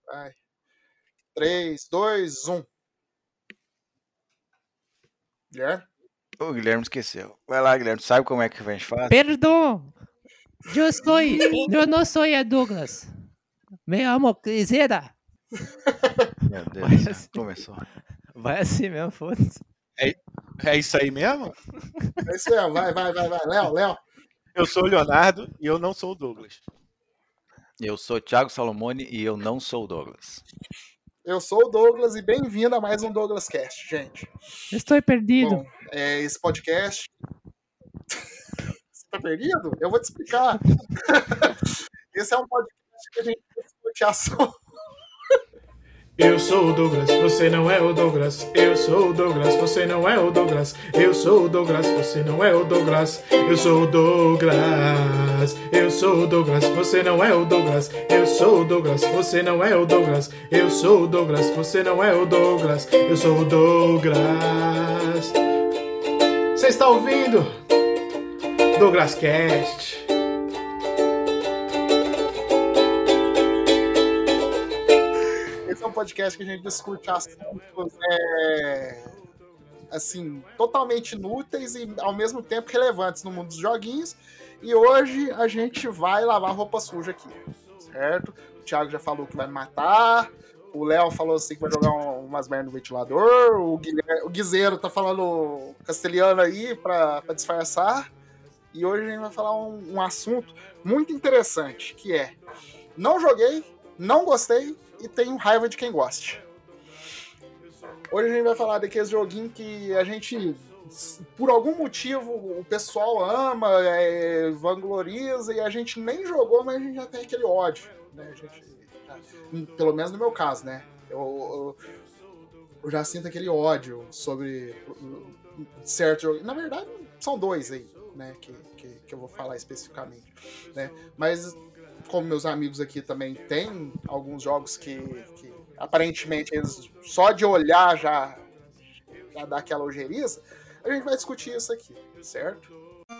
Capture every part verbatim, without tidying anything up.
Vai. três, dois, um. Guilherme? O Guilherme esqueceu. Vai lá, Guilherme. Sabe como é que a gente faz? Perdão. Eu sou. Eu não sou a Douglas. Me amo, Crisera. Meu Deus do céu. assim. Começou. Vai assim mesmo, foda-se. É, é isso aí mesmo? É isso mesmo. Vai, vai, vai, vai. Léo, Léo. Eu sou o Leonardo e eu não sou o Douglas. Eu sou o Thiago Salomone e eu não sou o Douglas. Eu sou o Douglas e bem-vindo a mais um Douglas Cast, gente. Estou perdido. Bom, é, esse podcast... Você tá perdido? Eu vou te explicar. Esse é um podcast que a gente discute assunto. Eu sou o Douglas, você não é o Douglas. Eu sou o Douglas, você não é o Douglas. Eu sou o Douglas, você não é o Douglas. Eu sou o Douglas. Eu sou o Douglas, você não é o Douglas. Eu sou o Douglas, você não é o Douglas. Eu sou o Douglas, você não é o Douglas. Eu sou o Douglas. Você está ouvindo? Douglas Cast. Esse é um podcast que a gente discute assuntos é, assim, totalmente inúteis e ao mesmo tempo relevantes no mundo dos joguinhos. E hoje a gente vai lavar roupa suja aqui, certo? O Thiago já falou que vai me matar. O Léo falou assim que vai jogar um, umas merdas no ventilador. O, Guilherme, o Guizeiro tá falando castelhano aí pra, pra disfarçar. E hoje a gente vai falar um, um assunto muito interessante, que é: não joguei, não gostei e tenho raiva de quem goste. Hoje a gente vai falar daqueles joguinhos que a gente, por algum motivo, o pessoal ama, é, vangloriza, e a gente nem jogou, mas a gente já tem aquele ódio, né? A gente, já, pelo menos no meu caso, né? Eu, eu, eu já sinto aquele ódio sobre certo jogo. Na verdade, são dois aí, né? Que, que, que eu vou falar especificamente, né? Mas como meus amigos aqui também tem alguns jogos que, que aparentemente eles só de olhar já, já dá aquela ojeriza, a gente vai discutir isso aqui, certo?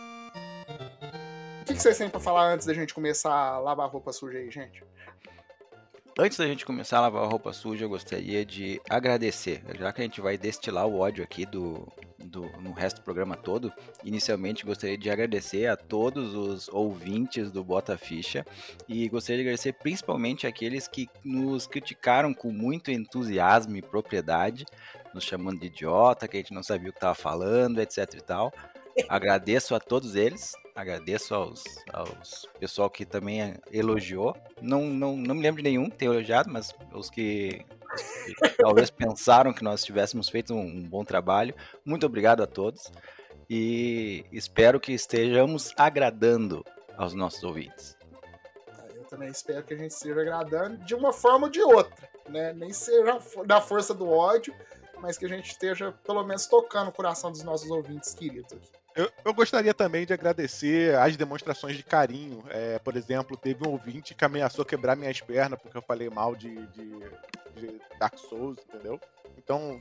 O que, que vocês têm pra falar antes da gente começar a lavar roupa suja aí, gente? Antes da gente começar a lavar a roupa suja, eu gostaria de agradecer, já que a gente vai destilar o ódio aqui do, do, no resto do programa todo. Inicialmente, gostaria de agradecer a todos os ouvintes do Bota Ficha e gostaria de agradecer principalmente aqueles que nos criticaram com muito entusiasmo e propriedade, nos chamando de idiota, que a gente não sabia o que estava falando, etc e tal. Agradeço a todos eles, agradeço aos, aos pessoal que também elogiou. Não, não, não me lembro de nenhum que tenha elogiado, mas os que, que talvez pensaram que nós tivéssemos feito um, um bom trabalho. Muito obrigado a todos e espero que estejamos agradando aos nossos ouvintes. Eu também espero que a gente esteja agradando de uma forma ou de outra, né? Nem seja da força do ódio, mas que a gente esteja pelo menos tocando o coração dos nossos ouvintes queridos aqui. Eu, eu gostaria também de agradecer as demonstrações de carinho. É, por exemplo, teve um ouvinte que ameaçou quebrar minhas pernas porque eu falei mal de, de, de Dark Souls, entendeu? Então,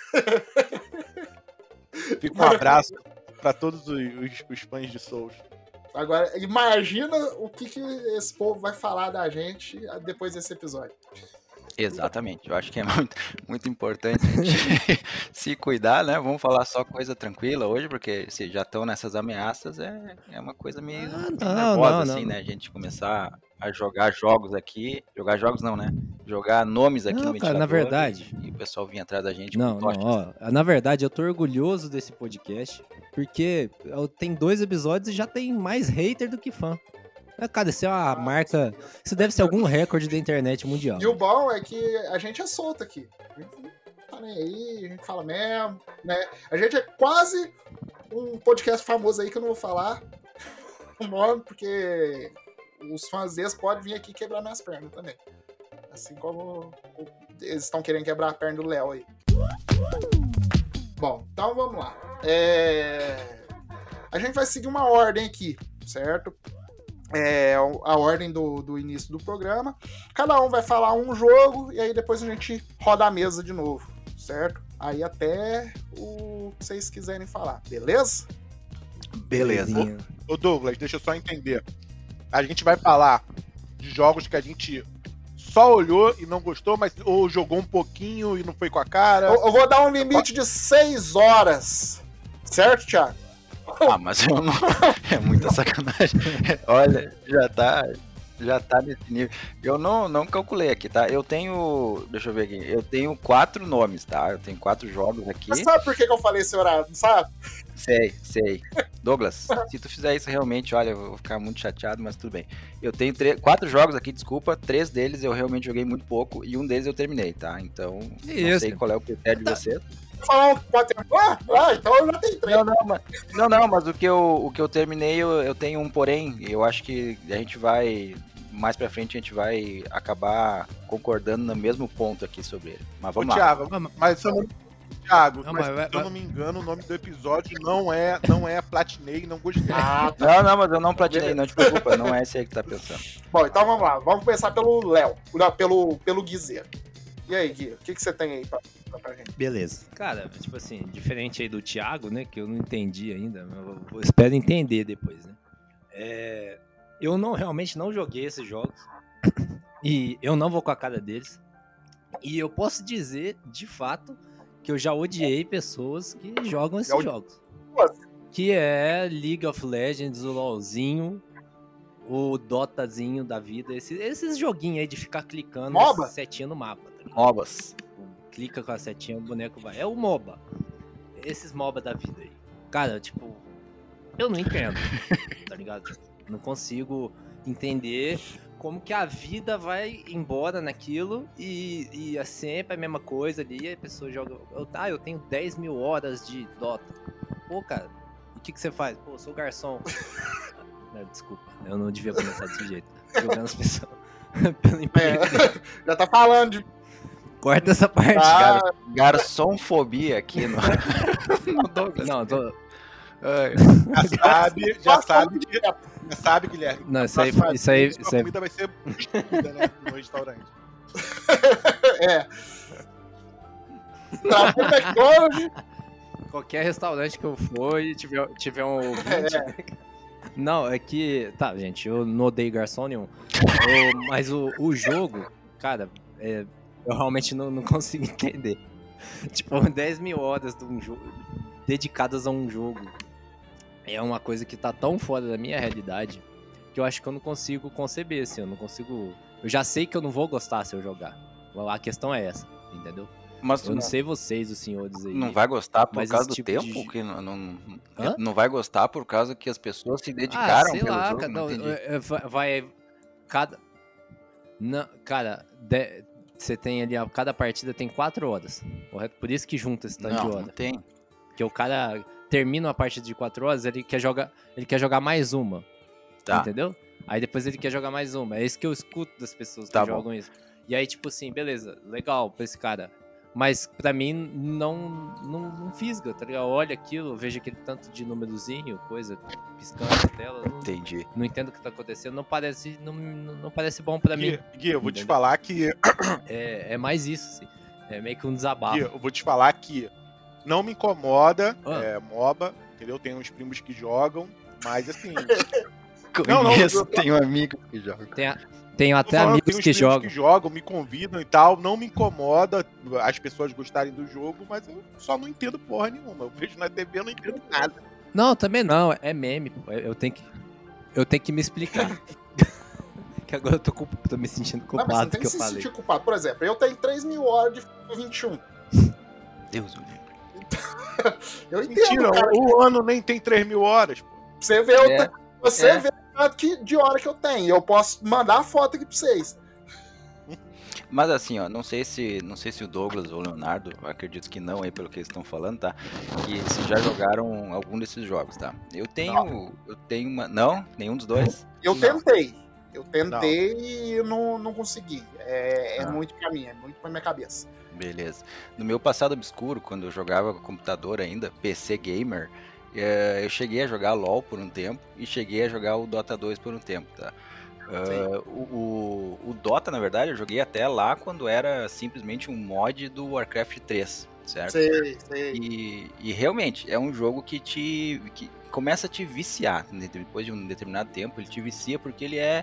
fica um abraço para todos os, os, os fãs de Souls. Agora, imagina o que, que esse povo vai falar da gente depois desse episódio. Exatamente, eu acho que é muito, muito importante a gente se cuidar, né? Vamos falar só coisa tranquila hoje, porque se já estão nessas ameaças, é, é uma coisa meio, Ah, meio não, nervosa, não, assim, não. né? A gente começar a jogar jogos aqui, jogar jogos não, né? Jogar nomes aqui Não, no cara, ventilador na verdade- e, e o pessoal vir atrás da gente Não, com não, tochas. ó. Na verdade, eu tô orgulhoso desse podcast, porque eu- tem dois episódios e já tem mais hater do que fã. Ah, cara, isso é uma marca. Isso deve ser algum recorde da internet mundial. E o bom é que a gente é solto aqui. A gente não tá nem aí, a gente fala mesmo, né? A gente é quase um podcast famoso aí que eu não vou falar o nome, porque os fãs deles podem vir aqui quebrar minhas pernas também. Assim como eles estão querendo quebrar a perna do Léo aí. Bom, então vamos lá. É... A gente vai seguir uma ordem aqui, certo? É a ordem do, do início do programa. Cada um vai falar um jogo e aí depois a gente roda a mesa de novo, certo? Aí até o que vocês quiserem falar, beleza? Beleza. Belezinha. Ô Douglas, deixa eu só entender. A gente vai falar de jogos que a gente só olhou e não gostou, mas ou jogou um pouquinho e não foi com a cara? Eu, eu vou dar um limite de seis horas. Certo, Thiago? Ah, mas eu não... é muita sacanagem. Olha, já tá, já tá nesse nível. Eu não, não calculei aqui, tá? Eu tenho, deixa eu ver aqui, eu tenho quatro nomes, tá? Eu tenho quatro jogos aqui. Mas sabe por que que eu falei esse horário, não sabe? Sei, sei. Douglas, se tu fizer isso realmente, olha, eu vou ficar muito chateado, mas tudo bem. Eu tenho tre- quatro jogos aqui, desculpa, três deles eu realmente joguei muito pouco e um deles eu terminei, tá? Então, não Isso. sei qual é o critério de você. Vou falar um pode ter... ah, ah, então eu já tenho três. Não, não, mas, não, não, mas o que eu, o que eu terminei, eu, eu tenho um porém, eu acho que a gente vai, mais pra frente a gente vai acabar concordando no mesmo ponto aqui sobre ele. Mas Ô, vamos lá. Thiago, Vamos. mas se eu não, Thiago, Não, mas mas vai- se eu não me engano, o nome do episódio não é, não é Platinei, não gostei. Ah, tá. Não, não, mas eu não platinei, não te preocupa, não é esse aí que tá pensando. Bom, então vamos lá. Vamos começar pelo Léo. Não, pelo, pelo Guizeiro. E aí, Gui, o que, que você tem aí pra, pra gente? Beleza. Cara, tipo assim, diferente aí do Thiago, né, que eu não entendi ainda, mas eu, eu espero entender depois, né. É, eu não, realmente não joguei esses jogos e eu não vou com a cara deles. E eu posso dizer, de fato, que eu já odiei pessoas que jogam esses Já odi- jogos. Pô, Que é League of Legends, o LoLzinho, o Dotazinho da vida, esses, esses joguinhos aí de ficar clicando MOBA? essa setinha no mapa, tá ligado? Mobas. Clica com a setinha, o boneco vai. É o MOBA. Esses MOBA da vida aí. Cara, tipo, eu não entendo, tá ligado? Tipo, não consigo entender como que a vida vai embora naquilo e, e é sempre a mesma coisa ali. A pessoa joga. Eu, ah, eu tenho dez mil horas de Dota. Pô, cara, o que, que você faz? Pô, eu sou garçom. Não, desculpa, eu não devia começar desse jeito. Jogando as pessoas pelo emprego. É, já tá falando de. Corta essa parte, Ah, cara. Garçomfobia aqui no, no Douglas. Não, eu tô. Ai, Já sabe, já sabe, que- já sabe, Guilherme. Não, isso aí, Próxima isso aí, vez, isso a aí. comida vai ser estúpida, né, no restaurante. é. Tá no McDonald's. Qualquer restaurante que eu for e tiver, tiver um ouvinte. Não, é que. Tá, gente, eu não odeio garçom nenhum. Eu- mas o, o jogo, cara, é, eu realmente não, não consigo entender. Tipo, dez mil horas de um jogo, dedicadas a um jogo. É uma coisa que tá tão fora da minha realidade que eu acho que eu não consigo conceber, assim. Eu não consigo. Eu já sei que eu não vou gostar se eu jogar. A questão é essa, entendeu? mas tu Eu não não, sei vocês, os senhores aí. não vai gostar por mas causa esse do tipo tempo? de- Que não, não, Hã? não vai gostar por causa que as pessoas se dedicaram ah, sei pelo lá, jogo? cara, Não não, entendi. é, é, vai, vai- cada não, cara, de- você tem ali, ó, cada partida tem quatro horas, correto? Por isso que junta esse tanto Não, de não hora. tem. Porque o cara termina uma partida de quatro horas, ele quer jogar, ele quer jogar mais uma, Tá. entendeu? Aí depois ele quer jogar mais uma. É isso que eu escuto das pessoas que Tá bom. jogam isso. E aí, tipo assim, beleza, legal pra esse cara. Mas pra mim não, não, não fisga, tá ligado? Olha aquilo, vejo aquele tanto de númerozinho, coisa piscando na tela. Não, Entendi. não entendo o que tá acontecendo. Não parece, não, não não parece bom pra mim. Gui, Gui, eu vou te Entendeu? falar que É, é mais isso, assim. É meio que um desabafo. Gui, eu vou te falar que não me incomoda, Ah. é, MOBA, entendeu? Tem uns primos que jogam, mas assim, Não, não, Conheço, eu- tenho amigos que jogam. Tem a- tenho tô até falando, amigos tem uns que primos jogam. que jogam, me convidam e tal, não me incomoda as pessoas gostarem do jogo, mas eu só não entendo porra nenhuma. Eu vejo na T V, eu não entendo nada. Não, também não. É meme, pô. Eu tenho que, eu tenho que me explicar. Que agora eu tô, culp- tô me sentindo Não, mas você não culpado tem que que eu se falei. sentir culpado. Por exemplo, eu tenho três mil horas de FIFA vinte e um. Deus o livre. Eu entendo, Mentira, cara. o ano nem tem três mil horas, pô. Você vê, o É, ta- você é. vê o tanto que- de hora que eu tenho. Eu posso mandar a foto aqui pra vocês. Mas assim, ó, não sei se não sei se o Douglas ou o Leonardo, eu acredito que não aí pelo que eles estão falando, tá? Que se já jogaram algum desses jogos, tá? Eu tenho, eu tenho uma, não, nenhum dos dois. Eu Não. tentei. Eu tentei e não, não consegui. É, é Ah. muito pra mim, é muito pra minha cabeça. Beleza. No meu passado obscuro, quando eu jogava com computador ainda, P C gamer, eh, eu cheguei a jogar LoL por um tempo e cheguei a jogar o Dota dois por um tempo, tá? Ah, o, o, o Dota, na verdade, eu joguei até lá quando era simplesmente um mod do Warcraft três, certo? Sei, sei. E, e realmente é um jogo que te que começa a te viciar, né? Depois de um determinado tempo ele te vicia porque ele é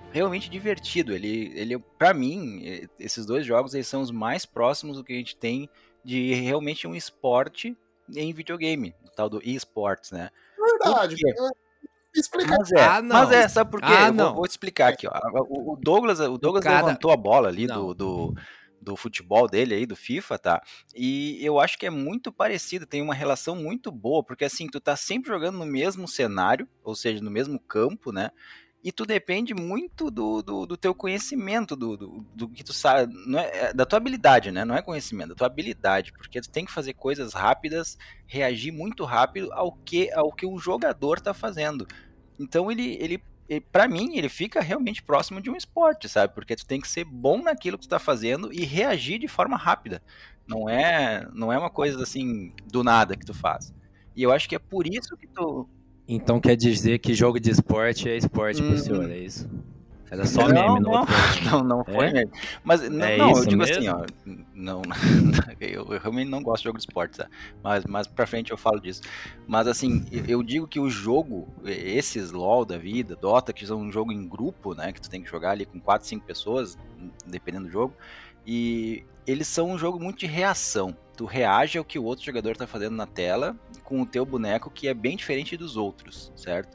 realmente divertido. Ele, ele, pra mim, esses dois jogos eles são os mais próximos do que a gente tem de realmente um esporte em videogame, o tal do eSports, né? Verdade. Explica. Mas é, Ah, não. mas é, sabe por quê? Ah, Eu vou, não. vou te explicar aqui, ó. O, o Douglas, o Douglas cara- levantou a bola ali Não. do, do, do futebol dele aí, do FIFA, tá? E eu acho que é muito parecido, tem uma relação muito boa, porque assim, tu tá sempre jogando no mesmo cenário, ou seja, no mesmo campo, né? E tu depende muito do, do, do teu conhecimento, do, do, do que tu sabe, não é, é da tua habilidade, né? Não é conhecimento, da tua habilidade, porque tu tem que fazer coisas rápidas, reagir muito rápido ao que, ao que um jogador tá fazendo. Então ele, ele, ele para mim, ele fica realmente próximo de um esporte, sabe? Porque tu tem que ser bom naquilo que tu tá fazendo e reagir de forma rápida. Não é, não é uma coisa assim do nada que tu faz. E eu acho que é por isso que tu Então quer dizer que jogo de esporte é esporte pro Hum. senhor, é isso? Era só não, meme no não, outro programa. não, não foi É? meme. Mas não, É não, eu isso digo mesmo? assim, ó, não, eu, eu realmente não gosto de jogo de esporte, tá? Mas mais pra frente eu falo disso. Mas assim, eu, eu digo que o jogo, esses LoL da vida, Dota, que são um jogo em grupo, né, que tu tem que jogar ali com quatro, cinco pessoas, dependendo do jogo, e eles são um jogo muito de reação. Tu reage ao que o outro jogador tá fazendo na tela com o teu boneco, que é bem diferente dos outros, certo?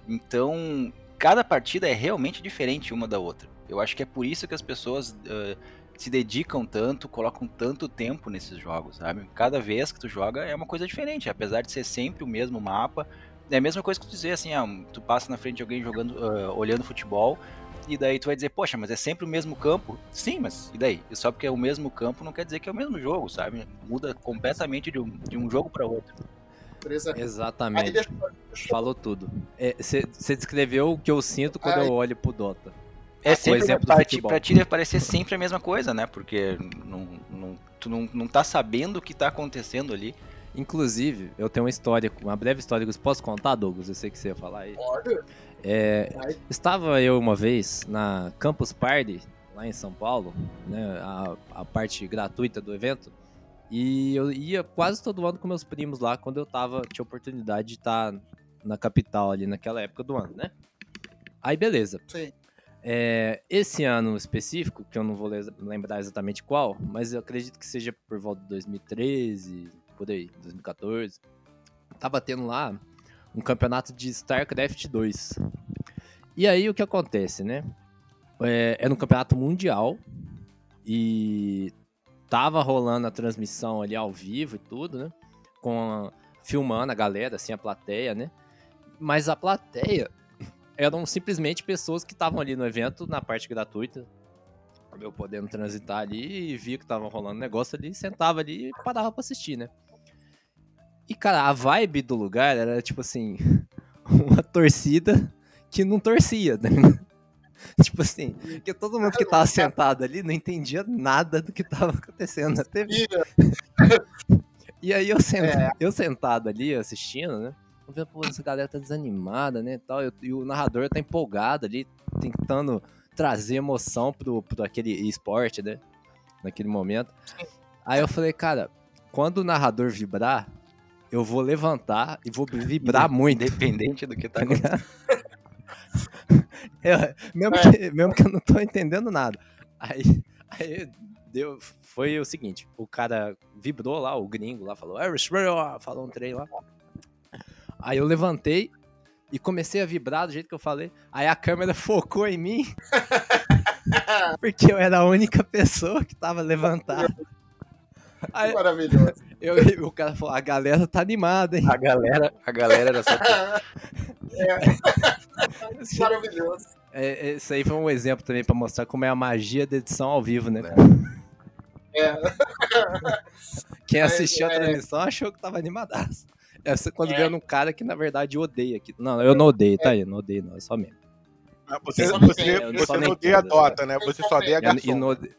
Então, cada partida é realmente diferente uma da outra. Eu acho que é por isso que as pessoas uh, se dedicam tanto, colocam tanto tempo nesses jogos, sabe? Cada vez que tu joga é uma coisa diferente, apesar de ser sempre o mesmo mapa. É a mesma coisa que tu dizer assim, ah, tu passa na frente de alguém jogando, uh, olhando futebol, e daí tu vai dizer, poxa, mas é sempre o mesmo campo? Sim, mas e daí? E só porque é o mesmo campo não quer dizer que é o mesmo jogo, sabe? Muda completamente de um, de um jogo para outro. Exatamente. Aí deixa, deixa, Falou tudo. Você é, descreveu o que eu sinto quando Ai. eu olho pro Dota. É O sempre exemplo do pra ti, futebol. pra ti deve parecer sempre a mesma coisa, né? Porque não, não, tu não, não tá sabendo o que tá acontecendo ali. Inclusive, eu tenho uma história, uma breve história que eu posso contar, Douglas? Eu sei que você ia falar aí. pode. É, Vai. estava eu uma vez na Campus Party, lá em São Paulo, né, a, a parte gratuita do evento, e eu ia quase todo ano com meus primos lá, quando eu tava, tinha oportunidade de estar na capital ali naquela época do ano, né? Aí beleza. Sim. É, esse ano específico, que eu não vou le- lembrar exatamente qual, mas eu acredito que seja por volta de dois mil e treze, por aí, dois mil e quatorze, tava tendo lá um campeonato de StarCraft dois. E aí o que acontece, né? É, era um campeonato mundial e tava rolando a transmissão ali ao vivo e tudo, né? Com a- filmando a galera, assim, a plateia, né? Mas a plateia eram simplesmente pessoas que estavam ali no evento, na parte gratuita, eu podendo transitar ali e via que tava rolando um negócio ali, sentava ali e parava pra assistir, né? E, cara, a vibe do lugar era, tipo assim, uma torcida que não torcia, né? Tipo assim, porque todo mundo que tava sentado ali não entendia nada do que tava acontecendo na T V. E aí eu, sent... É. eu sentado ali assistindo, né? Eu vendo, pô, essa galera tá desanimada, né? Tal, eu- e o narrador tá empolgado ali, tentando trazer emoção pro, pro aquele esporte, né? Naquele momento. Aí eu falei, cara, quando o narrador vibrar, eu vou levantar e vou vibrar muito. Independente do que tá Tá acontecendo. ligado? Eu- mesmo, É. que, mesmo que eu não tô entendendo nada. Aí, aí deu, foi o seguinte, o cara vibrou lá, o gringo lá, falou, falou um trem lá. Aí eu levantei e comecei a vibrar do jeito que eu falei. Aí a câmera focou em mim, porque eu era a única pessoa que tava levantada. Aí Maravilhoso. eu, o cara falou, a galera tá animada, hein? A galera, a galera era só... Maravilhoso. É, esse aí foi um exemplo também pra mostrar como é a magia da edição ao vivo, né? É. Quem É, assistiu a é. transmissão achou que tava animadaço. Essa quando É. veio num cara que na verdade odeia aqui. Não, eu não odeio, tá aí? Não odeio, não, é só mesmo. Ah, Você, Só não você, tem, eu você só nem não odeia a entendo, Dota, né? Você só odeia a E, garçom. e não odeio.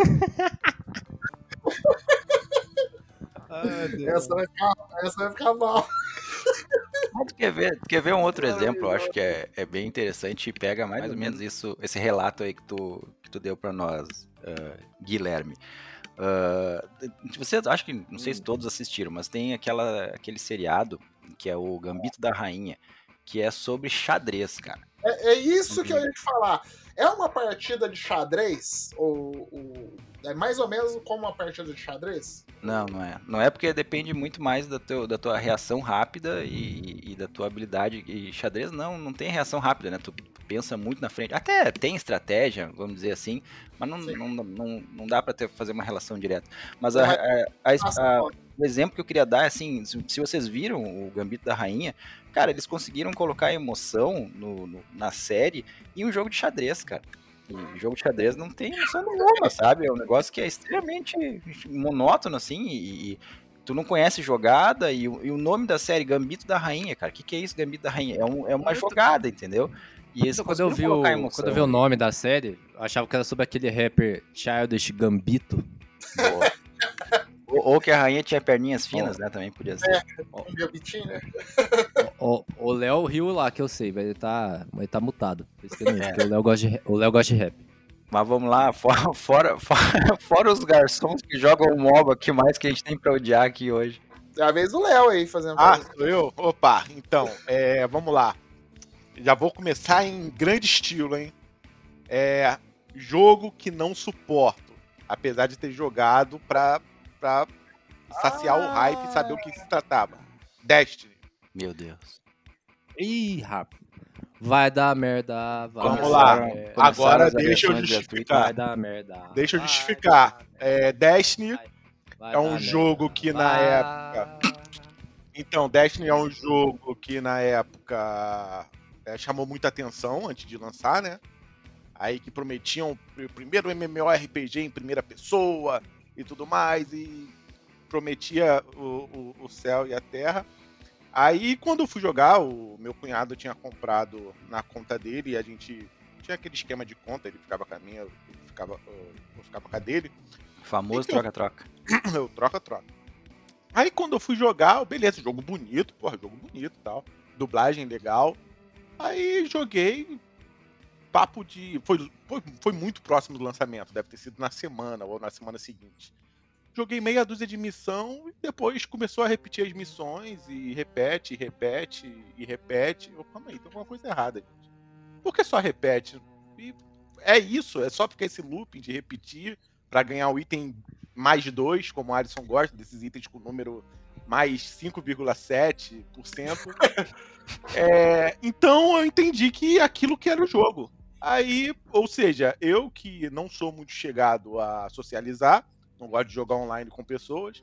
Ai, Deus. Essa vai ficar, essa vai ficar mal. Mas tu quer ver, tu quer ver um outro exemplo? Eu acho que é, é bem interessante e pega mais ou menos isso, esse relato aí que tu, que tu deu pra nós, uh, Guilherme. Uh, você acho que não sei se todos assistiram, mas tem aquela, aquele seriado que é o Gambito da Rainha, que é sobre xadrez, cara. É, é isso que eu ia te falar. É uma partida de xadrez? Ou, ou é mais ou menos como uma partida de xadrez? Não, não é. Não é porque depende muito mais da, teu, da tua reação rápida e, e da tua habilidade. E xadrez não, não tem reação rápida, né? Tu pensa muito na frente. Até tem estratégia, vamos dizer assim, mas não, não, não, não dá pra ter, fazer uma relação direta. Mas a, a, a, a, o exemplo que eu queria dar é assim, se vocês viram o Gambito da Rainha, cara, eles conseguiram colocar emoção no, no, na série em um jogo de xadrez, cara. E jogo de xadrez não tem emoção nenhuma, sabe? É um negócio que é extremamente monótono, assim, e, e tu não conhece jogada, e, e o nome da série, Gambito da Rainha, cara, o que, que é isso, Gambito da Rainha? É, um, é uma jogada, entendeu? E eles quando, eu vi o, quando eu vi o nome da série, eu achava que era sobre aquele rapper Childish Gambito. ou, ou que a rainha tinha perninhas finas, oh. né? Também podia ser. É, um gambitinho, né? O Léo riu lá, que eu sei, ele tá, ele tá mutado. Por isso que ele, é. O Léo gosta de, o Léo gosta de rap. Mas vamos lá, fora, fora, fora, fora os garçons que jogam o MOBA, o que mais que a gente tem pra odiar aqui hoje? É a vez do Léo aí fazendo. Ah, sou eu? Opa, então, é, vamos lá. Já vou começar em grande estilo, hein? É, jogo que não suporto, apesar de ter jogado pra, pra saciar ah. o hype e saber o que se tratava. Destiny. Meu Deus. Ih, rapaz. Vai dar merda. Vai Vamos lá. Merda. Agora deixa eu justificar. Vai dar merda. Deixa eu justificar. É, Destiny vai, vai é um jogo merda. que na vai. época... Então, Destiny é um jogo que na época é, chamou muita atenção antes de lançar, né? Aí que prometiam o primeiro MMORPG em primeira pessoa e tudo mais. E prometia o, o, o céu e a terra. Aí, quando eu fui jogar, o meu cunhado tinha comprado na conta dele e a gente tinha aquele esquema de conta, ele ficava com a minha, eu ficava, eu ficava com a dele. Famoso troca-troca. Eu troca-troca. Aí, quando eu fui jogar, beleza, jogo bonito, porra, jogo bonito e tal, dublagem legal. Aí, joguei, papo de... Foi, foi, foi muito próximo do lançamento, deve ter sido na semana ou na semana seguinte. Joguei meia dúzia de missão e depois começou a repetir as missões e repete, e repete, e repete. Eu, calma aí, tem alguma coisa errada, gente. Por que só repete? E é isso, é só porque esse looping de repetir pra ganhar o item mais dois, como o Alisson gosta, desses itens com número mais cinco vírgula sete por cento. é, então eu entendi que aquilo que era o jogo. Aí, ou seja, eu que não sou muito chegado a socializar, não gosto de jogar online com pessoas,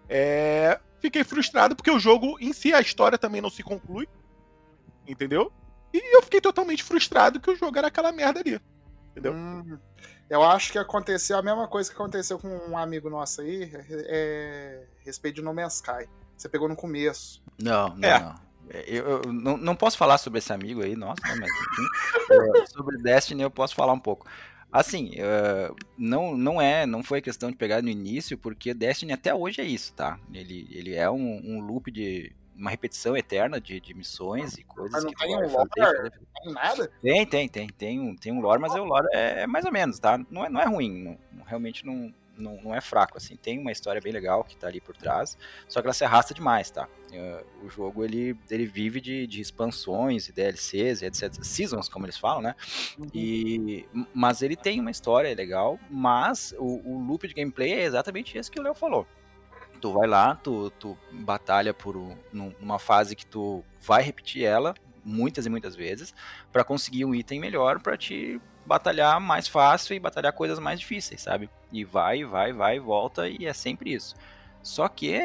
é... fiquei frustrado porque o jogo em si, a história também não se conclui, entendeu? E eu fiquei totalmente frustrado que o jogo era aquela merda ali, entendeu? Hum, eu acho que aconteceu a mesma coisa que aconteceu com um amigo nosso aí, é... respeito de No Man's Sky. Você pegou no começo. Não, não, é. não. Eu, eu não, não posso falar sobre esse amigo aí, nossa, né, mas enfim, sobre Destiny eu posso falar um pouco. Assim, uh, não, não é, não foi questão de pegar no início, porque Destiny até hoje é isso, tá? Ele, ele é um, um loop de uma repetição eterna de, de missões e coisas. Mas não que tem um lore? Fazer. Não tem nada? Tem, tem, tem, tem um, tem um lore, mas o lore é, é mais ou menos, tá? Não é, não é ruim, não, realmente não, não, não é fraco, assim. Tem uma história bem legal que tá ali por trás, só que ela se arrasta demais, tá? Uh, o jogo, ele, ele vive de, de expansões e D L Cs e etcétera. Seasons, como eles falam, né? Uhum. E, mas ele tem uma história legal, mas o, o loop de gameplay é exatamente esse que o Léo falou. Tu vai lá, tu, tu batalha por um, numa fase que tu vai repetir ela muitas e muitas vezes pra conseguir um item melhor pra te batalhar mais fácil e batalhar coisas mais difíceis, sabe? E vai, vai, vai, volta e é sempre isso. Só que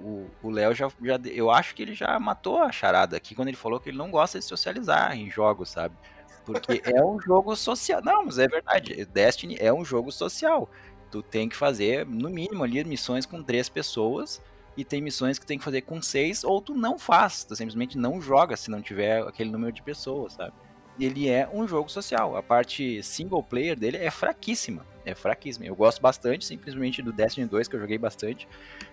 o Léo já, já, eu acho que ele já matou a charada aqui quando ele falou que ele não gosta de socializar em jogos, sabe? Porque é um jogo social. Não, mas é verdade, Destiny é um jogo social. Tu tem que fazer, no mínimo ali, missões com três pessoas, e tem missões que tem que fazer com seis, ou tu não faz, tu simplesmente não joga se não tiver aquele número de pessoas, sabe? Ele é um jogo social, a parte single player dele é fraquíssima, é fraquíssima. Eu gosto bastante, simplesmente do Destiny dois, que eu joguei bastante,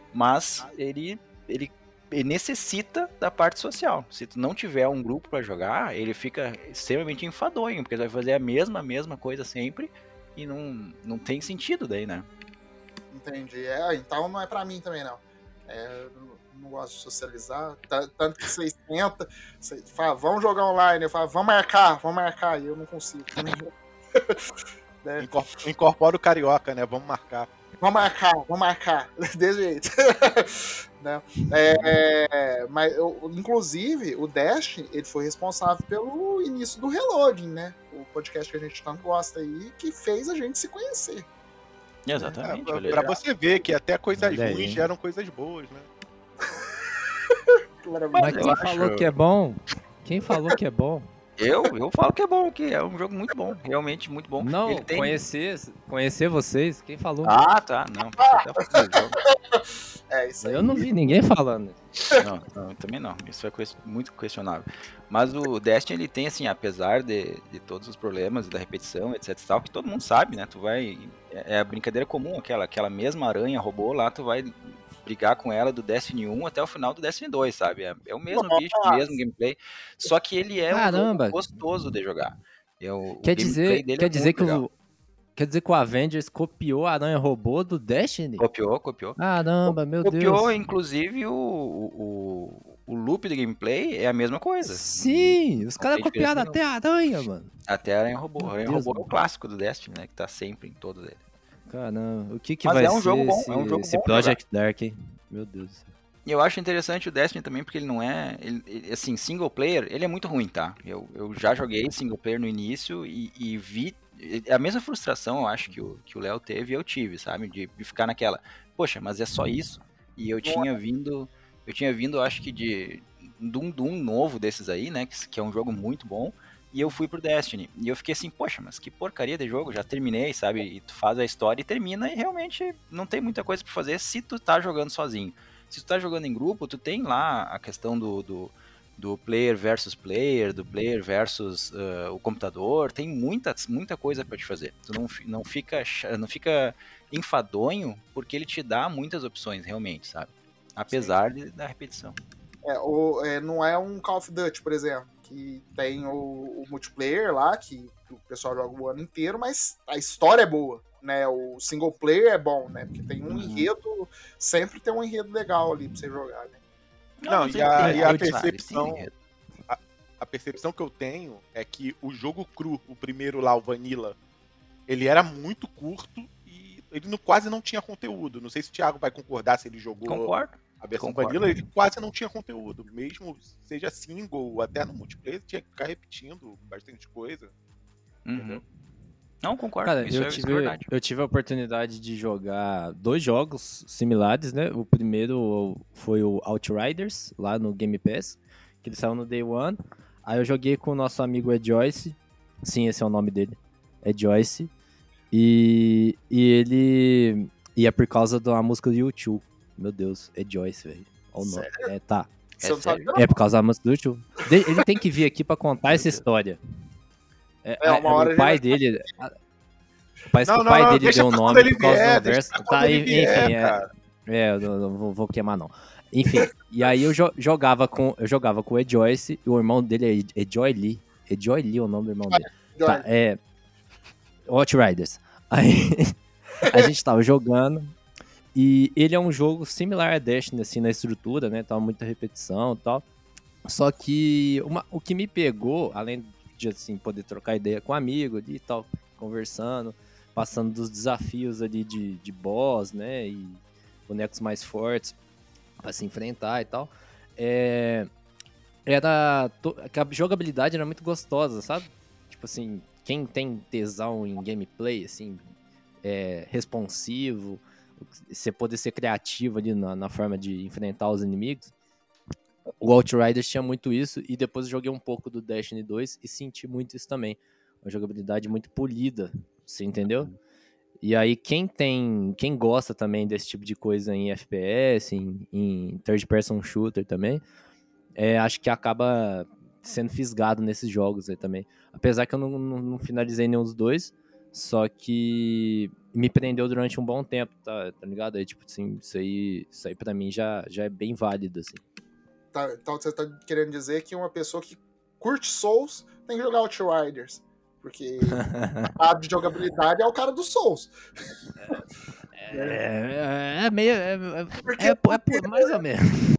mas ele, ele, ele necessita da parte social. Se tu não tiver um grupo pra jogar, ele fica extremamente enfadonho, porque tu vai fazer a mesma, mesma coisa sempre, e não, não tem sentido daí, né? Entendi. É, então não é pra mim também, não. É, não gosto de socializar. Tanto que vocês tentam, vocês falam, vamos jogar online. Eu falo, vamos marcar, vamos marcar. E eu não consigo. né? Incorpora o carioca, né? Vamos marcar. Vamos marcar, vamos marcar. Desse jeito. né? é, mas, eu, inclusive, o Dash, ele foi responsável pelo início do Reloading, né? O podcast que a gente tanto gosta aí, que fez a gente se conhecer. Exatamente. É, pra, pra você ver que até coisas ruins geram coisas boas, né? Mas quem falou acho... que é bom? Quem falou que é bom? Eu, eu falo que é bom, que é um jogo muito bom, realmente muito bom. Não, Ele tem... conhecer, conhecer vocês, quem falou? Ah, tá, não. É, isso aí. Eu não vi ninguém falando. Não, não, também não, isso é muito questionável. Mas o Destiny, ele tem, assim, apesar de, de todos os problemas da repetição, etc e tal, que todo mundo sabe, né, tu vai, é a brincadeira comum, aquela, aquela mesma aranha robô lá, tu vai brigar com ela do Destiny um até o final do Destiny dois, sabe? É, é o mesmo Nossa. bicho, o mesmo gameplay, só que ele é Caramba. um jogo gostoso de jogar. É o, quer o dizer, quer é dizer que legal. o Quer dizer que o Avengers copiou a aranha robô do Destiny? Copiou, copiou. Caramba, meu copiou, Deus. Copiou, inclusive, o, o, o loop do gameplay é a mesma coisa. Sim, os caras copiaram até a aranha, mano. Até a aranha robô. A aranha robô é o clássico do Destiny, né? Que tá sempre em todos eles. Caramba, o que que Mas vai é um ser jogo bom, esse, é um jogo esse bom Project Dark, hein? Meu Deus do céu. E eu acho interessante o Destiny também, porque ele não é... Ele, ele, assim, single player, ele é muito ruim, tá? Eu, eu já joguei single player no início e, e vi... A mesma frustração, eu acho, que o que o Léo teve, eu tive, sabe? De, de ficar naquela... Poxa, mas é só isso? E eu tinha vindo... Eu tinha vindo, eu acho que de... De um, de um novo desses aí, né? Que, que é um jogo muito bom. E eu fui pro Destiny. E eu fiquei assim, poxa, mas que porcaria de jogo. Já terminei, sabe? E tu faz a história e termina. E realmente não tem muita coisa pra fazer se tu tá jogando sozinho. Se tu tá jogando em grupo, tu tem lá a questão do, do, do player versus player, do player versus uh, o computador, tem muita, muita coisa pra te fazer. Tu não, não, fica, não fica enfadonho, porque ele te dá muitas opções, realmente, sabe? Apesar de, da repetição. É, o, é, não é um Call of Duty, por exemplo, que tem o, o multiplayer lá, que, que o pessoal joga o ano inteiro, mas a história é boa. Né, o single player é bom, né? Porque tem um uhum. enredo, sempre tem um enredo legal ali pra você jogar, né? Não, Não e, a, e a percepção a, a percepção que eu tenho é que o jogo cru, o primeiro lá, o Vanilla, ele era muito curto e ele não, quase não tinha conteúdo. Não sei se o Thiago vai concordar se ele jogou Concordo. a versão Concordo. Vanilla, ele quase não tinha conteúdo. Mesmo seja single, até no multiplayer, tinha que ficar repetindo bastante coisa. Uhum. Entendeu? Não, concordo. Cara, isso eu, é, tive, isso é verdade. eu tive a oportunidade de jogar dois jogos similares, né? O primeiro foi o Outriders, lá no Game Pass, que ele saiu no Day One. Aí eu joguei com o nosso amigo Ed Joyce. Sim, esse é o nome dele. Ed Joyce. E, e ele... E é por causa da música do YouTube. Meu Deus, Ed Joyce, velho. Olha o nome. É, tá. É, é por causa da música do YouTube. Ele tem que vir aqui pra contar essa história. É, é, uma hora o pai dele. Parece que o pai dele deu o nome por causa do verso. Tá, enfim, vier, é. É, eu não, não vou queimar, não. Enfim, e aí eu jo- jogava com eu jogava com o Ed Joyce e o irmão dele é Ejoy Lee. Ejoy Lee é o nome do irmão dele. Tá, é. Outriders. Aí a gente tava jogando. E ele é um jogo similar a Destiny, assim, na estrutura, né? Tava muita repetição e tal. Só que uma, o que me pegou, além de assim, poder trocar ideia com um amigo ali e tal, conversando, passando dos desafios ali de, de boss, né, e bonecos mais fortes pra se enfrentar e tal, é, era, a jogabilidade era muito gostosa, sabe? Tipo assim, quem tem tesão em gameplay, assim, é, responsivo, você poder ser criativo ali na, na forma de enfrentar os inimigos. O Outriders tinha muito isso, e depois eu joguei um pouco do Destiny dois e senti muito isso também. Uma jogabilidade muito polida, você entendeu? E aí quem tem, quem gosta também desse tipo de coisa em F P S, em, em third person shooter também, é, acho que acaba sendo fisgado nesses jogos aí também. Apesar que eu não, não, não finalizei nenhum dos dois, só que me prendeu durante um bom tempo, tá, tá ligado? Aí, tipo assim, isso aí, isso aí pra mim já, já é bem válido, assim. Tá, então você tá querendo dizer que uma pessoa que curte Souls tem que jogar Outriders. Porque a de jogabilidade é o cara do Souls. É, é, é meio. É, é, é, é, é mais ou menos.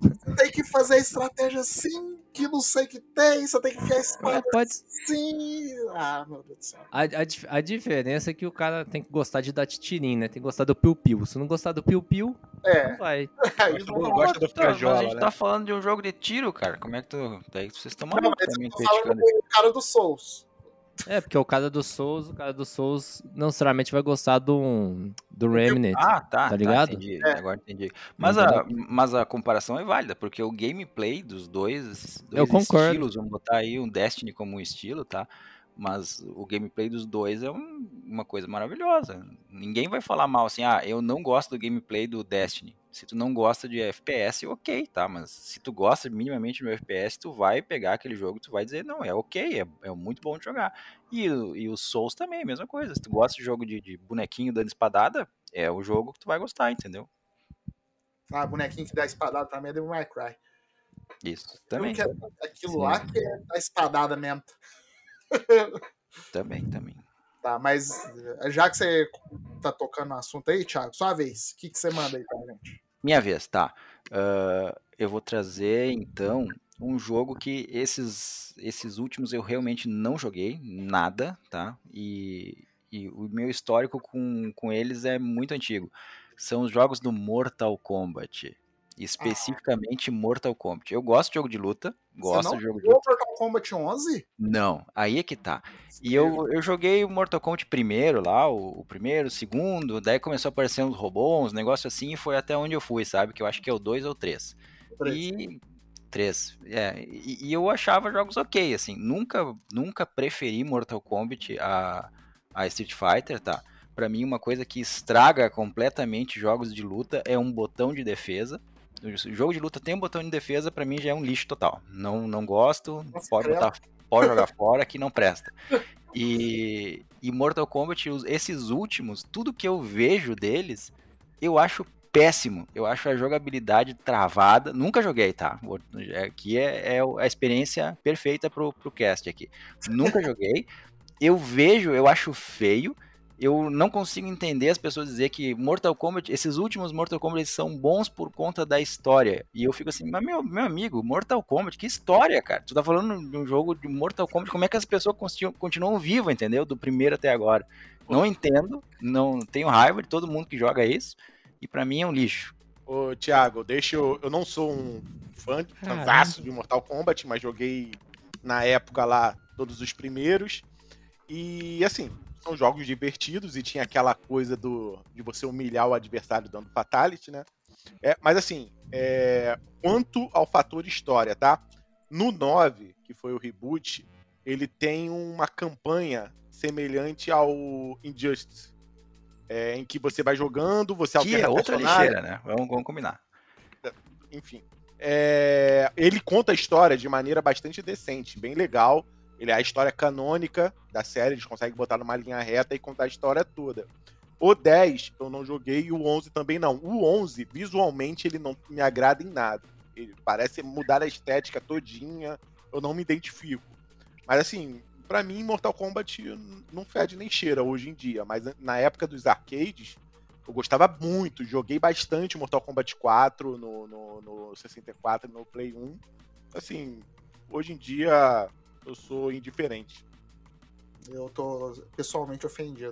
tem que fazer a estratégia assim, que não sei o que tem, você tem que enfiar a espada É, pode- assim. Ah, meu Deus do céu. A, a, dif- a diferença é que o cara tem que gostar de dar titirinho, né? Tem que gostar do piu-piu. Se não gostar do piu-piu, É, não vai. aí Gosta não do- rola. gosta do Tá, mas a frajola, gente né? tá falando de um jogo de tiro, cara. Como é que tu. Daí vocês estão Não, malucos mas também eu tô falando criticando. do cara do Souls. É, porque o cara do Souls, o cara do Souls não necessariamente vai gostar do, do Remnant. Ah, tá, Tá ligado? entendi. É. Agora entendi. Mas a, mas a comparação é válida, porque o gameplay dos dois, Eu dois concordo. estilos, vamos botar aí um Destiny como um estilo, tá? Mas o gameplay dos dois é um- uma coisa maravilhosa. Ninguém vai falar mal assim, ah, eu não gosto do gameplay do Destiny. Se tu não gosta de F P S, ok, tá? Mas se tu gosta minimamente do F P S, tu vai pegar aquele jogo e tu vai dizer, não, é ok, é, é muito bom de jogar. E, o- e o Souls também, mesma coisa. Se tu gosta de jogo de, de bonequinho dando espadada, é o jogo que tu vai gostar, entendeu? Ah, bonequinho que dá espadada pra mim é Devil May Cry. Isso, Eu também, quero aquilo Sim. lá que é a espadada mesmo. também, também. Tá, mas eh, já que você tá tocando no assunto aí, Thiago, sua vez. O que, que você manda aí pra gente? Minha vez, tá. Ah, eu vou trazer, então, um jogo que esses, esses últimos eu realmente não joguei, nada, tá? E, e o meu histórico com, com eles é muito antigo. São os jogos do Mortal Kombat. Especificamente Mortal Kombat. Eu gosto de jogo de luta, Você gosto não de jogo de jogou luta. Mortal Kombat onze? Não, aí é que tá. E eu, eu joguei o Mortal Kombat primeiro lá, o, o primeiro, o segundo, daí começou a aparecer uns robôs, uns negócios assim, e foi até onde eu fui, sabe? Que eu acho que é o dois ou três. E. Três. É, e, e eu achava jogos ok, assim. Nunca, nunca preferi Mortal Kombat a, a Street Fighter, tá? Pra mim, uma coisa que estraga completamente jogos de luta é um botão de defesa. O jogo de luta tem um botão de defesa, pra mim já é um lixo total. Não, não gosto, Nossa, pode credo. botar, pode jogar fora que não presta. E, e Mortal Kombat, os- esses últimos, tudo que eu vejo deles, eu acho péssimo. Eu acho a jogabilidade travada. Nunca joguei, tá? Vou- Aqui é, é a experiência perfeita pro, pro cast aqui. Nunca joguei. Eu vejo, eu acho feio. Eu não consigo entender as pessoas dizer que Mortal Kombat, esses últimos Mortal Kombat são bons por conta da história. E eu fico assim, mas meu, meu amigo, Mortal Kombat, que história, cara? Tu tá falando de um jogo de Mortal Kombat, como é que as pessoas continuam, continuam vivas, entendeu? Do primeiro até agora. Não entendo, não tenho raiva de todo mundo que joga isso. E pra mim é um lixo. Ô, Thiago, deixa eu. Eu não sou um fã, fãzaço de Mortal Kombat, mas joguei na época lá todos os primeiros. E assim, são jogos divertidos e tinha aquela coisa do de você humilhar o adversário dando fatality, né? É, mas assim, é, quanto ao fator história, tá? No nove, que foi o reboot, ele tem uma campanha semelhante ao Injustice. É, em que você vai jogando, você Que altera é outra personagem, lixeira, né? Vamos, vamos combinar. enfim. É, ele conta a história de maneira bastante decente, bem legal. Ele é a história canônica da série, eles conseguem botar numa linha reta e contar a história toda. O dez eu não joguei e o onze também não. O onze, visualmente, ele não me agrada em nada. Ele parece mudar a estética todinha, eu não me identifico. Mas assim, pra mim, Mortal Kombat não fede nem cheira hoje em dia. Mas na época dos arcades, eu gostava muito. Joguei bastante Mortal Kombat quatro no, no, no sessenta e quatro e no Play um. Assim, hoje em dia eu sou indiferente. Eu tô pessoalmente ofendido.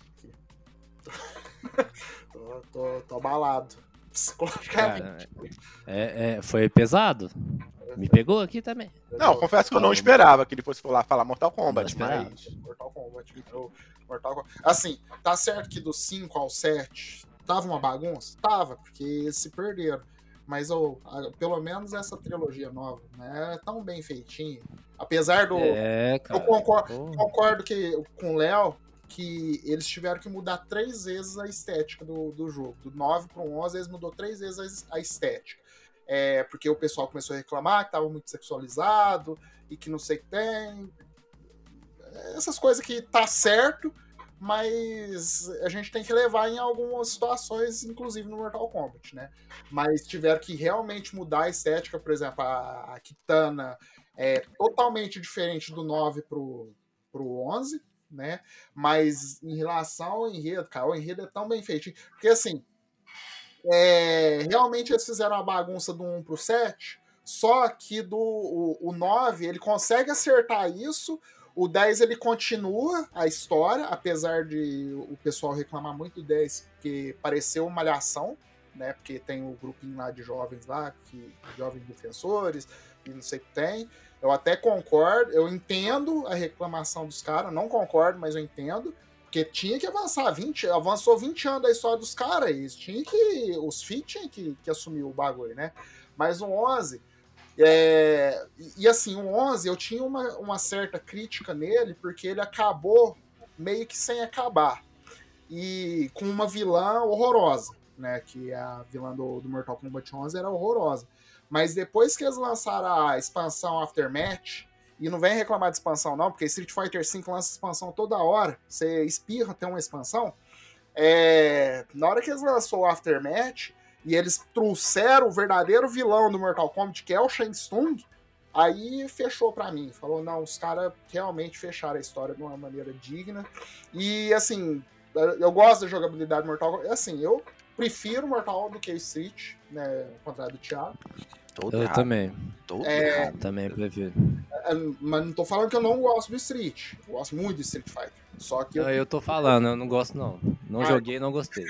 tô, tô, tô abalado. Psicologicamente. Cara, é, é, foi pesado. Me pegou aqui também. Não, confesso que eu não esperava que ele fosse lá falar Mortal Kombat, Não esperava. mas... Mortal Kombat. eu- Mortal Kombat. Assim, tá certo que do cinco ao sete tava uma bagunça? Tava, porque eles se perderam. Mas eu, a- pelo menos essa trilogia nova, né, é tão bem feitinha. Apesar do. É, cara. eu concordo, Pô. concordo que, com o Léo que eles tiveram que mudar três vezes a estética do, do jogo. Do nove para o onze, eles mudou três vezes a, a estética. É, porque o pessoal começou a reclamar que estava muito sexualizado e que não sei o que tem. Essas coisas que tá certo, mas a gente tem que levar em algumas situações, inclusive no Mortal Kombat, né? Mas tiveram que realmente mudar a estética, por exemplo, a, a Kitana é totalmente diferente do nove pro, pro onze, né? Mas em relação ao enredo, cara, o enredo é tão bem feito. Porque assim, É, realmente eles fizeram a bagunça do um pro sete, só que do, o, o nove ele consegue acertar isso, o dez ele continua a história, apesar de o pessoal reclamar muito do dez, porque pareceu uma malhação, né? Porque tem o grupinho lá de jovens lá, que, jovens defensores, e não sei o que tem. Eu até concordo, eu entendo a reclamação dos caras, não concordo, mas eu entendo. Porque tinha que avançar, vinte, avançou vinte anos da história dos caras, eles tinham que, os F I tinham que, que assumir o bagulho, né? Mas o onze, é, e, e assim, o onze eu tinha uma, uma certa crítica nele, porque ele acabou meio que sem acabar, e com uma vilã horrorosa, né? Que a vilã do, do Mortal Kombat onze era horrorosa. Mas depois que eles lançaram a expansão Aftermath, e não vem reclamar de expansão, não, porque Street Fighter cinco lança expansão toda hora. Você espirra, tem uma expansão. É... Na hora que eles lançou o Aftermath, e eles trouxeram o verdadeiro vilão do Mortal Kombat, que é o Shang Tsung, aí fechou pra mim. Falou, não, os caras realmente fecharam a história de uma maneira digna. E, assim, eu gosto da jogabilidade do Mortal Kombat. Assim, eu prefiro Mortal do que Street, né, ao contrário do Thiago. Todo eu errado. também. Todo é, errado. Também prefiro. Mas não tô falando que eu não gosto do Street. Eu gosto muito do Street Fighter. Só que. Não, eu... eu tô falando, eu não gosto, não. Não ah, joguei e não gostei.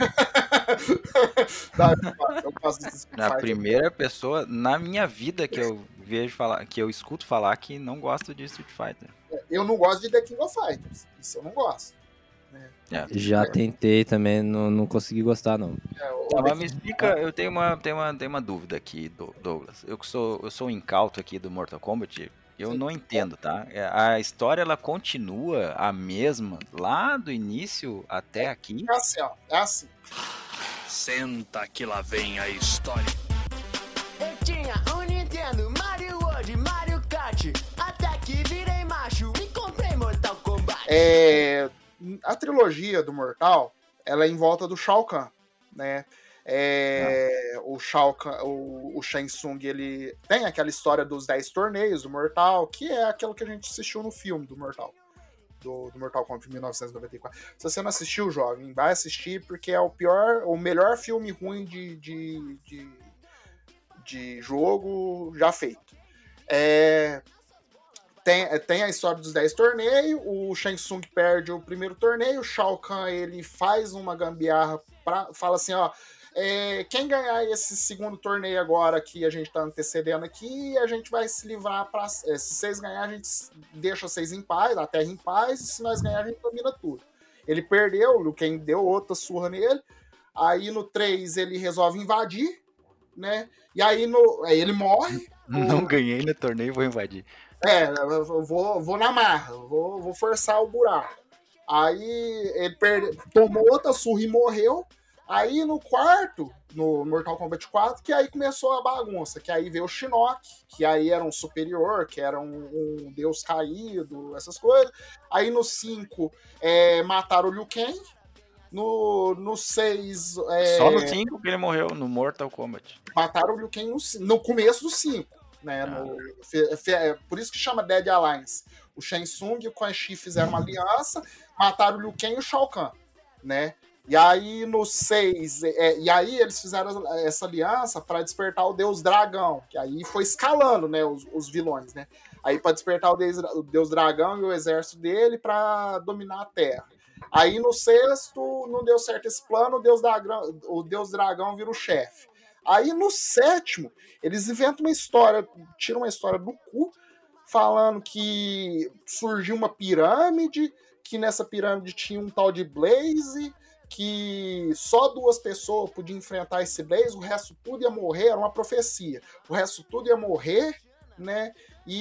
não, eu gosto do Street Fighter. A primeira pessoa na minha vida que eu vejo falar, que eu escuto falar que não gosta de Street Fighter. Eu não gosto de The King of Fighters. Isso eu não gosto. É. Já tentei também, não, não consegui gostar, não. Tá, mas me explica, eu tenho uma, tenho uma, tenho uma dúvida aqui, Douglas. Eu sou, eu sou um incauto aqui do Mortal Kombat, eu Sim. não entendo, tá? A história, ela continua a mesma lá do início até aqui? É assim, ó, é assim. Senta que lá vem a história. Eu tinha um Nintendo, Mario World, Mario Kart, até que virei macho e comprei Mortal Kombat. É... A trilogia do Mortal, ela é em volta do Shao Kahn, né? É, ah. O Shao Kahn, o, o Shang Tsung, ele tem aquela história dos dez torneios do Mortal, que é aquilo que a gente assistiu no filme do Mortal, do, do Mortal Kombat mil novecentos e noventa e quatro. Se você não assistiu, jovem, vai assistir, porque é o pior, o melhor filme ruim de, de, de, de jogo já feito. É... Tem, tem a história dos dez torneios, o Shang Tsung perde o primeiro torneio, o Shao Kahn ele faz uma gambiarra, pra, fala assim, ó, é, quem ganhar esse segundo torneio agora que a gente tá antecedendo aqui, a gente vai se livrar, pra, é, se vocês ganharem, a gente deixa vocês em paz, a terra em paz, e se nós ganharmos, a gente domina tudo. Ele perdeu, o Liu Kang deu outra surra nele, aí no três ele resolve invadir, né, e aí, no, aí ele morre. Não o... ganhei no torneio, vou invadir. É, eu vou, vou na marra, vou, vou forçar o buraco. Aí ele perde, tomou outra surra e morreu. Aí no quarto, no Mortal Kombat quatro, que aí começou a bagunça. Que aí veio o Shinnok, que aí era um superior, que era um, um deus caído, essas coisas. Aí no cinco, é, mataram o Liu Kang. No, no seis... É, Só no cinco que ele morreu, no Mortal Kombat. Mataram o Liu Kang no, no começo do cinco. Né, no, fe, fe, por isso que chama Dead Alliance. O Shang Tsung e o Quan Chi fizeram uma aliança, mataram o Liu Kang e o Shao Kahn, né? E aí no seis, é, e aí eles fizeram essa aliança para despertar o Deus Dragão, que aí foi escalando, né, os, os vilões, né? Aí para despertar o Deus, o Deus Dragão e o exército dele para dominar a Terra. Aí no sexto não deu certo esse plano, o Deus Dragão, o Deus Dragão vira o chefe. Aí no sétimo, eles inventam uma história, tiram uma história do cu, falando que surgiu uma pirâmide, que nessa pirâmide tinha um tal de Blaze, que só duas pessoas podiam enfrentar esse Blaze, o resto tudo ia morrer, era uma profecia. O resto tudo ia morrer, né?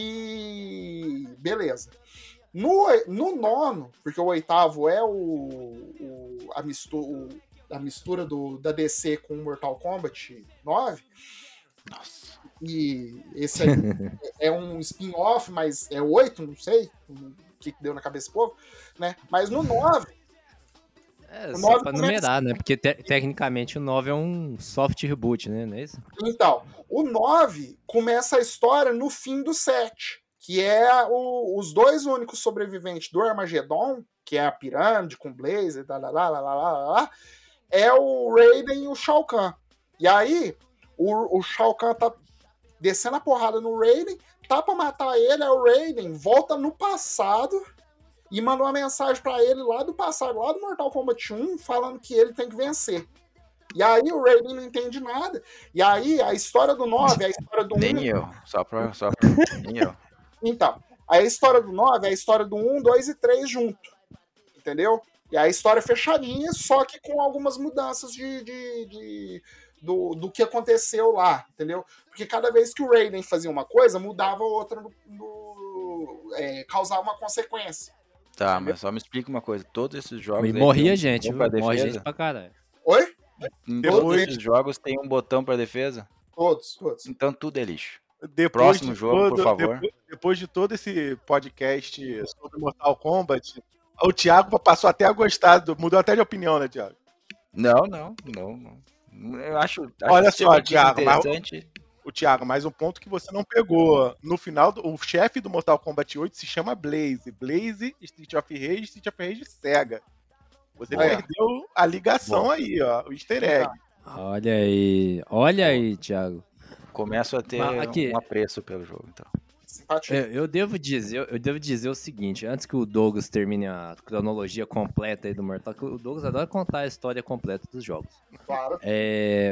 E beleza. No, no nono, porque o oitavo é o, o, a mistura... O, a mistura do, da D C com o Mortal Kombat nove. Nossa. E esse aí é um spin-off, mas é oito, não sei o que deu na cabeça do povo, né? Mas no nove... É, o só pra numerar, né? Porque te- tecnicamente o nove é um soft reboot, né? Não é isso? Então, o nove começa a história no fim do sete, que é o, os dois únicos sobreviventes do Armageddon, que é a pirâmide com Blaze, lá, lá, lá, lá, lá, lá, é o Raiden e o Shao Kahn. E aí, o, o Shao Kahn tá descendo a porrada no Raiden, tá pra matar ele, aí o Raiden volta no passado e manda uma mensagem pra ele lá do passado, lá do Mortal Kombat um, falando que ele tem que vencer. E aí o Raiden não entende nada. E aí a história do nove é a história do Nem um. eu, só pra... Só pra... Nem eu. Então, aí a história do nove é a história do um, dois e três junto. Entendeu? E a história fechadinha, só que com algumas mudanças de, de, de, do, do que aconteceu lá, entendeu? Porque cada vez que o Raiden fazia uma coisa, mudava outra, no, no, é, causava uma consequência. Tá, Entendeu? mas só me explica uma coisa. Todos esses jogos... E aí morria tem um gente, botão pra viu? Morre defesa? gente pra caralho. Oi? Em Depois- todos esses jogos tem um botão pra defesa? Todos, todos. Então tudo é lixo. Depois Próximo de jogo, todo- por favor. Depois, depois de todo esse podcast sobre Mortal Kombat, o Thiago passou até a gostar, do, mudou até de opinião, né, Thiago? Não, não, não. não. Eu acho, acho Olha que só, seja Thiago, mas- interessante. O Thiago, mais um ponto que você não pegou. No final, do- o chefe do Mortal Kombat oito se chama Blaze. Blaze, Street of Rage, Street of Rage Sega. Você Boa. perdeu a ligação Boa. aí, ó, o easter egg. Olha aí, olha aí, Thiago. Começo a ter Mas aqui- um apreço pelo jogo, então. Simpatia. Eu, eu devo dizer, eu devo dizer o seguinte, antes que o Douglas termine a cronologia completa aí do Mortal Kombat, o Douglas adora contar a história completa dos jogos. Claro. É...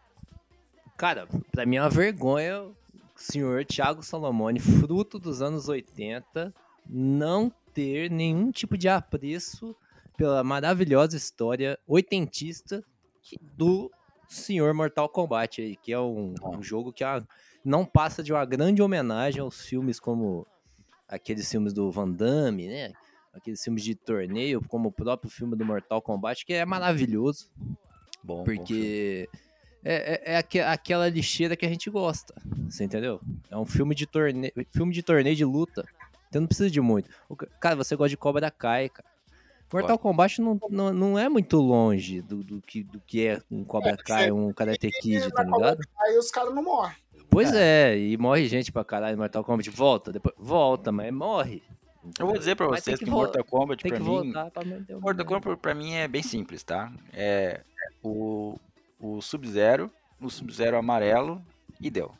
Cara, pra mim é uma vergonha o senhor Thiago Salomone, fruto dos anos oitenta, não ter nenhum tipo de apreço pela maravilhosa história oitentista que- do senhor Mortal Kombat aí, que é um, um jogo que é uma- não passa de uma grande homenagem aos filmes como aqueles filmes do Van Damme, né? Aqueles filmes de torneio, como o próprio filme do Mortal Kombat, que é maravilhoso. Bom, bom filme. Porque é, é, é aque- aquela lixeira que a gente gosta, você entendeu? É um filme de torneio, filme de torneio de luta. Então não precisa de muito. O ca- Cara, você gosta de Cobra Kai, cara. Mortal Kombat não, não, não é muito longe do, do, que, do que é um Cobra Kai, um Karate Kid, tá ligado? Aí os caras não morrem. Pois é, e morre gente pra caralho. Mortal Kombat volta, depois volta, mas morre. Eu vou dizer pra Mas tem vocês que, que vol- Mortal Kombat, Tem pra que mim, voltar pra manter o Mortal Kombat pra mim é bem simples, tá? É o, o Sub-Zero, o Sub-Zero amarelo e deu.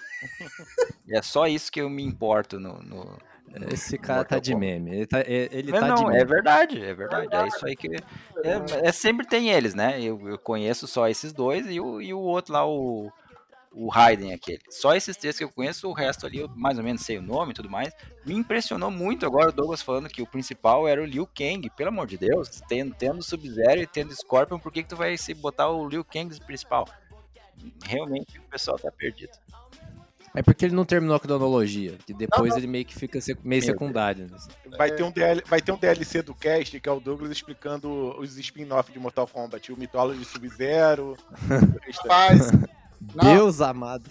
E é só isso que eu me importo no... no- Esse cara Mortal tá de Kombat. meme. Ele tá, ele ele Mas tá não, de é meme. verdade, é verdade. É isso aí que. É, é- sempre tem eles, né? Eu, eu conheço só esses dois e o, e o outro lá, o, o Raiden, aquele. Só esses três que eu conheço, o resto ali eu mais ou menos sei o nome e tudo mais. Me impressionou muito agora o Douglas falando que o principal era o Liu Kang. Pelo amor de Deus, tendo, tendo Sub-Zero e tendo Scorpion, por que, que tu vai se botar o Liu Kang de principal? Realmente o pessoal tá perdido. É porque ele não terminou a cronologia, que depois Não, não. ele meio que fica sec- meio Meu secundário. né? Vai, ter um D L, vai ter um D L C do cast, que é o Douglas explicando os spin-off de Mortal Kombat. O Mythology Sub-Zero. Rapaz. Não, Deus amado.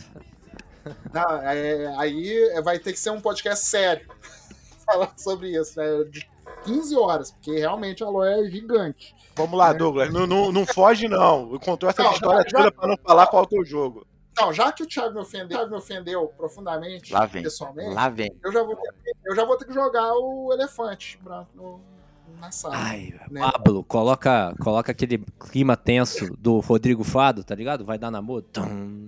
não, é, aí vai ter que ser um podcast sério. Falar sobre isso, né? De quinze horas, porque realmente a lore é gigante. Vamos lá, Douglas. Não, não, não foge, não. Contou essa Não, história já- toda pra não falar qual é o teu jogo. Então, já que o Thiago me ofendeu, o Thiago me ofendeu profundamente, Lá vem. pessoalmente, Lá vem. eu já, vou ter, eu já vou ter que jogar o elefante branco no- na sala. Ai, né? Pablo, coloca, coloca aquele clima tenso do Rodrigo Fado, tá ligado? Vai dar namoro. Tum.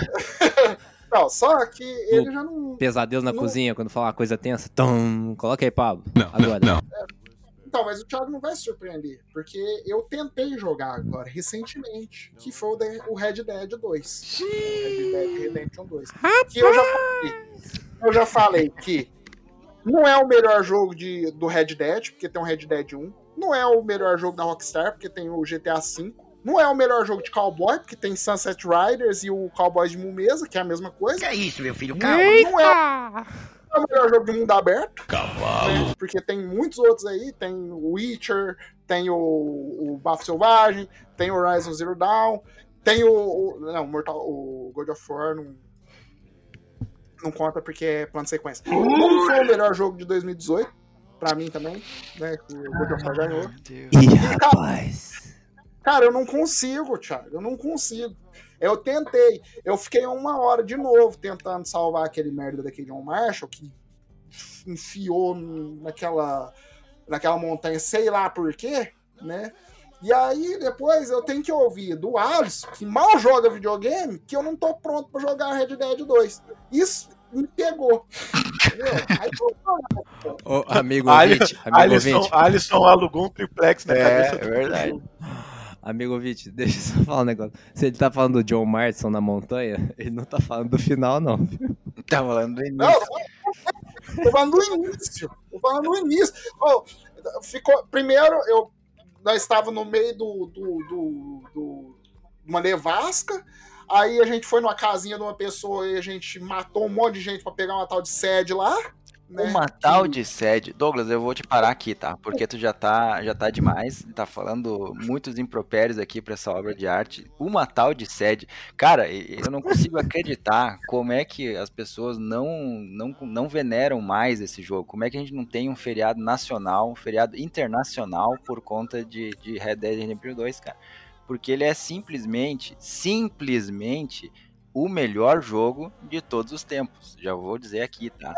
Não, só que ele já não. Pesadelo na Não. cozinha, quando fala uma coisa tensa. Tum. Coloca aí, Pablo. Agora. Então, mas o Thiago não vai se surpreender, porque eu tentei jogar agora, recentemente, que foi o, de- o Red Dead dois. Red Dead Redemption dois. Que eu já falei. Eu já falei que não é o melhor jogo de, do Red Dead, porque tem o Red Dead um. Não é o melhor jogo da Rockstar, porque tem o G T A cinco. Não é o melhor jogo de cowboy, porque tem Sunset Riders e o Cowboys de Mumesa, que é a mesma coisa. Que é isso, meu filho? Não é, não é o melhor jogo de mundo aberto. Né? Porque tem muitos outros aí. Tem o Witcher, tem o, o Bafo Selvagem, tem o Horizon Zero Dawn, tem o. o não, Mortal, o God of War não, não conta porque é plano de sequência. Não foi o melhor jogo de dois mil e dezoito, pra mim também, né? Que o God of War ganhou. Ih, rapaz. Cara, eu não consigo, Thiago. Eu não consigo. Eu tentei. Eu fiquei uma hora de novo tentando salvar aquele merda daquele John Marshall que enfiou naquela, naquela montanha, sei lá por quê, né? E aí, depois, eu tenho que ouvir do Alisson, que mal joga videogame, que eu não tô pronto pra jogar Red Dead dois. Isso me pegou. Entendeu? Aí, eu... Ô, amigo Ali- ouvinte, amigo Alisson, ouvinte, Alisson alugou um triplex na É, cabeça é do verdade. amigo ouvinte, deixa eu só falar um negócio. Se ele tá falando do John Marston na montanha, ele não tá falando do final, não. Tá falando do Não, início. não, tô falando no início. Tô falando no início. Oh, ficou, primeiro, eu, nós estávamos no meio do, do, do, do uma nevasca. Aí a gente foi numa casinha de uma pessoa e a gente matou um monte de gente pra pegar uma tal de sede lá. Né? Uma tal de sede. Douglas, eu vou te parar aqui, tá? Porque tu já tá, já tá demais. Tá falando muitos impropérios aqui pra essa obra de arte. Uma tal de sede. Cara, eu não consigo acreditar como é que as pessoas não, não, não veneram mais esse jogo. Como é que a gente não tem um feriado nacional, um feriado internacional por conta de, de Red Dead Redemption dois, cara? Porque ele é simplesmente, simplesmente o melhor jogo de todos os tempos. Já vou dizer aqui, tá?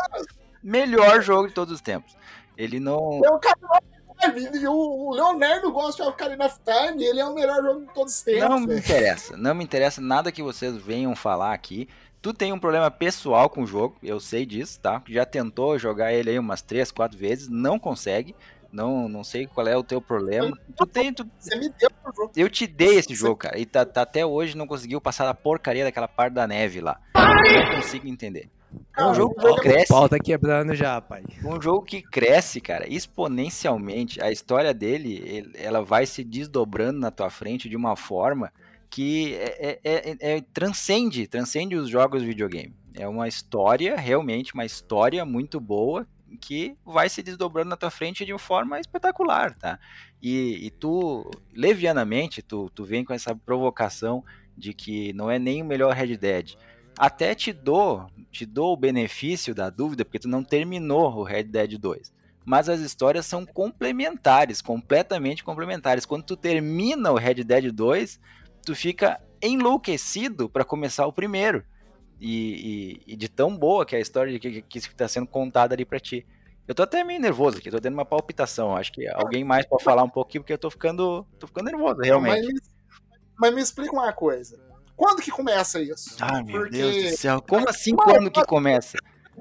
Melhor jogo de todos os tempos. Ele não... É o Ocarina of Time. O Leonardo gosta de Ocarina of Time. Ele é o melhor jogo de todos os tempos. Não me velho. interessa. Não me interessa nada que vocês venham falar aqui. Tu tem um problema pessoal com o jogo. Eu sei disso, tá? Já tentou jogar ele aí umas três, quatro vezes. Não consegue. Não, não sei qual é o teu problema. Tu tem... Tu... Você me deu o jogo. Eu te dei esse jogo, cara. E tá, tá até hoje não conseguiu passar da porcaria daquela parte da neve lá. Não consigo entender. É um Cara, jogo o jogo que é cresce. O pau tá quebrando já, pai. Um jogo que cresce, cara, exponencialmente. A história dele, ele- ela vai se desdobrando na tua frente de uma forma que é, é- é- é- transcende, transcende os jogos de videogame. É uma história, realmente uma história muito boa que vai se desdobrando na tua frente de uma forma espetacular, tá? E, e tu, levianamente, tu, tu vem com essa provocação de que não é nem o melhor Red Dead. Até te dou, te dou o benefício da dúvida, porque tu não terminou o Red Dead dois. Mas as histórias são complementares, completamente complementares. Quando tu termina o Red Dead dois, tu fica enlouquecido para começar o primeiro. E, e- e de tão boa que é a história que, que está sendo contada ali pra ti. Eu tô até meio nervoso aqui, tô tendo uma palpitação. Acho que alguém mais pode falar um pouquinho, porque eu tô ficando, tô ficando nervoso, realmente. Mas, mas me explica uma coisa. Quando que começa isso? Ai, meu Porque Deus do céu. Como assim quando que começa?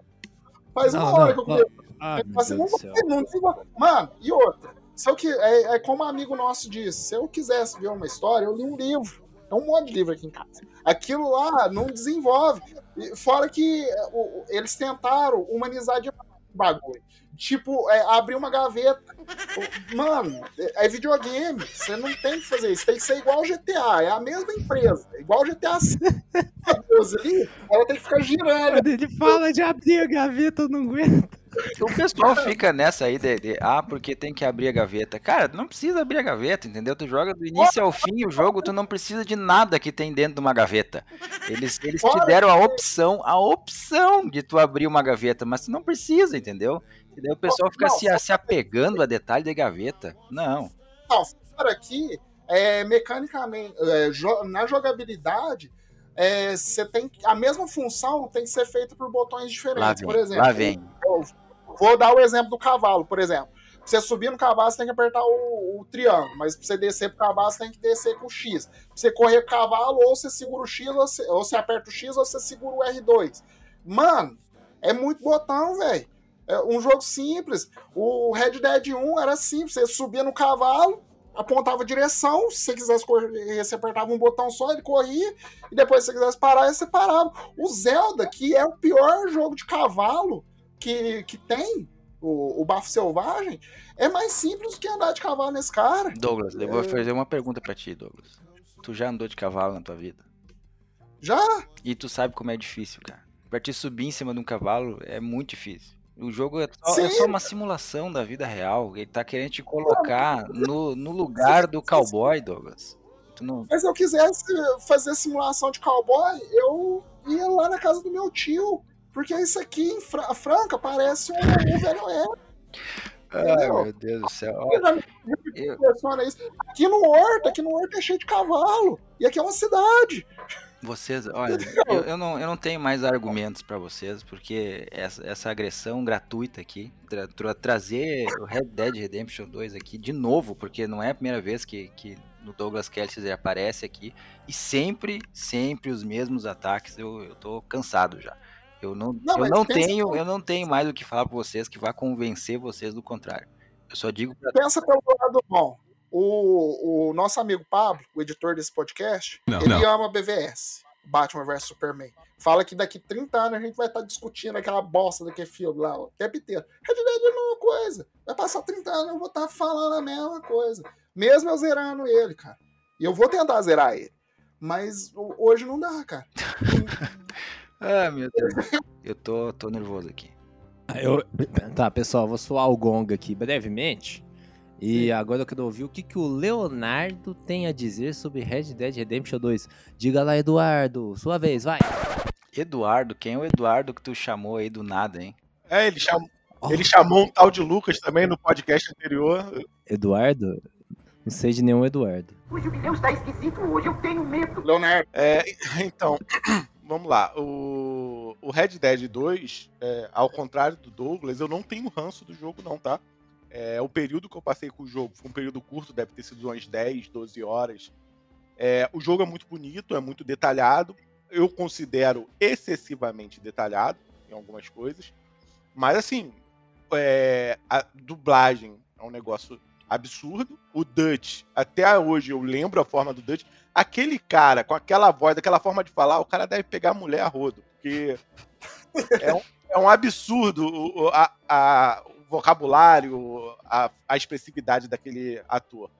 faz uma Não, hora não, que eu não. comecei. Ah, meu Assim, Deus não, do céu. não desenvolve. Mano, e outra. Se eu, que- é, é como um amigo nosso disse, se eu quisesse ver uma história, eu li um livro. Tem um monte de livro aqui em casa. Aquilo lá não desenvolve. E fora que é, o- o- eles tentaram humanizar demais o bagulho. Tipo, é, abrir uma gaveta. O- Mano, é, é videogame. Você não tem que fazer isso. Tem que ser igual o G T A. É a mesma empresa. Igual o G T A cinco. ali, ela tem que ficar girando. Quando ele fala de abrir a gaveta, eu não aguento. O pessoal fica nessa aí de, de, ah, porque tem que abrir a gaveta. Cara, não precisa abrir a gaveta, entendeu? Tu joga do início ao fim o jogo, tu não precisa de nada que tem dentro de uma gaveta. Eles, eles te deram a opção, a opção de tu abrir uma gaveta, mas tu não precisa, entendeu? E daí o pessoal fica se, se apegando a detalhe de gaveta. Não. Não, fora aqui, é, mecanicamente, é, jo- na jogabilidade, é, você tem a mesma função tem que ser feita por botões Lá diferentes. vem, Por exemplo, lá vem. eu vou dar o exemplo do cavalo, por exemplo. Pra você subir no cavalo, você tem que apertar o, o triângulo, mas pra você descer pro cavalo, você tem que descer com o X. Pra você correr com o cavalo, ou você segura o X, ou você, ou você aperta o X, ou você segura o R dois. Mano, é muito botão, velho. É um jogo simples. O Red Dead um era simples. Você subia no cavalo, apontava a direção. Se você quisesse correr, você apertava um botão só, ele corria. E depois, se você quisesse parar, você parava. O Zelda, que é o pior jogo de cavalo que, que tem, o, o Bafo Selvagem, é mais simples do que andar de cavalo nesse cara. Douglas, eu vou fazer uma pergunta pra ti, Douglas. Tu já andou de cavalo na tua vida? Já? E tu sabe como é difícil, cara. Pra te subir em cima de um cavalo é muito difícil. O jogo é só, é Sim. só uma simulação da vida real. Ele tá querendo te colocar no, no lugar do cowboy, Douglas. Tu não... Mas se eu quisesse fazer simulação de cowboy, eu ia lá na casa do meu tio. Porque isso aqui em Fra- Franca parece um, um velho oeste. Ai, meu Deus do céu. Eu já me- já me Eu- impressiona isso. Aqui no Horto, aqui no Horto é cheio de cavalo. E aqui é uma cidade. Vocês, olha, eu, eu, não, eu não tenho mais argumentos pra vocês, porque essa, essa agressão gratuita aqui, tra, tra, trazer o Red Dead Redemption dois aqui de novo, porque não é a primeira vez que, que no Douglas Kelly ele aparece aqui, e sempre, sempre os mesmos ataques, eu, eu tô cansado já. Eu não, Não, eu mas não pensa- tenho, eu não tenho mais o que falar pra vocês que vai convencer vocês do contrário. Eu só digo pra... Pensa pelo lado bom. O, o nosso amigo Pablo, o editor desse podcast, Não, ele não. ama B V S, Batman versus Superman. Fala que daqui trinta anos a gente vai estar discutindo aquela bosta daquele filme lá, o tempo inteiro. Red Dead é a mesma coisa. Vai passar trinta anos, eu vou estar falando a mesma coisa. Mesmo eu zerando ele, cara. E eu vou tentar zerar ele. Mas o- hoje não dá, cara. Ah, meu Deus. Eu tô, tô nervoso aqui. Eu... Tá, pessoal, vou soar o gong aqui brevemente. E agora eu quero ouvir o que, que o Leonardo tem a dizer sobre Red Dead Redemption dois. Diga lá, Eduardo. Sua vez, vai. Eduardo, quem é o Eduardo que tu chamou aí do nada, hein? É, ele chamou, ele chamou um tal de Lucas também no podcast anterior. Eduardo? Não sei de nenhum Eduardo. O jubileu está esquisito hoje, eu tenho medo. Leonardo, É, então, vamos lá. O, o Red Dead dois, é, ao contrário do Douglas, eu não tenho ranço do jogo, não, tá? É, o período que eu passei com o jogo foi um período curto, deve ter sido umas dez, doze horas. É, o jogo é muito bonito, é muito detalhado. Eu considero excessivamente detalhado em algumas coisas. Mas, assim, é, a dublagem é um negócio absurdo. O Dutch, até hoje eu lembro a forma do Dutch. Aquele cara, com aquela voz, aquela forma de falar, o cara deve pegar a mulher a rodo. Porque é um, é um absurdo o, o- a, a- o vocabulário, a, a expressividade daquele ator.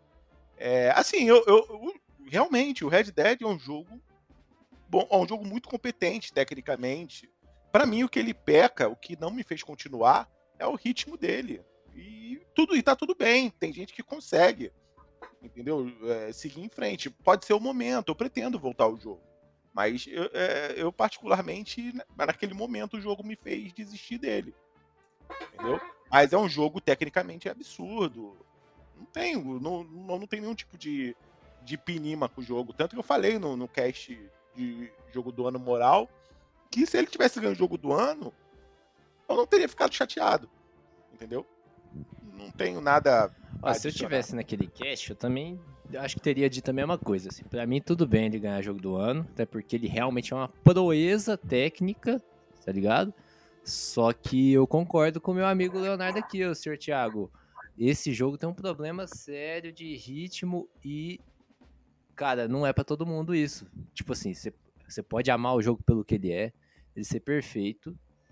É, assim, eu, eu- eu- realmente, o Red Dead é um jogo bom, é um jogo muito competente tecnicamente. Pra mim, o que ele peca, o que não me fez continuar, é o ritmo dele. E tudo e tá tudo bem. Tem gente que consegue, entendeu? É, seguir em frente. Pode ser o momento. Eu pretendo voltar ao jogo, mas eu, é, eu particularmente, na- naquele momento, o jogo me fez desistir dele, entendeu? Mas é um jogo tecnicamente absurdo. Não tenho, não, não, não tem nenhum tipo de, de pinima com o jogo. Tanto que eu falei no, no cast de jogo do ano moral que se ele tivesse ganho o jogo do ano, eu não teria ficado chateado. Entendeu? Não tenho nada. Ó, se eu adicionar. tivesse naquele cast, eu também acho que teria dito a mesma coisa. Assim. Pra mim, tudo bem ele ganhar jogo do ano, até porque ele realmente é uma proeza técnica, tá ligado? Só que eu concordo com o meu amigo Leonardo aqui, o senhor Thiago. Esse jogo tem um problema sério de ritmo e, cara, não é pra todo mundo isso. Tipo assim, você você pode amar o jogo pelo que ele é, ele ser perfeito,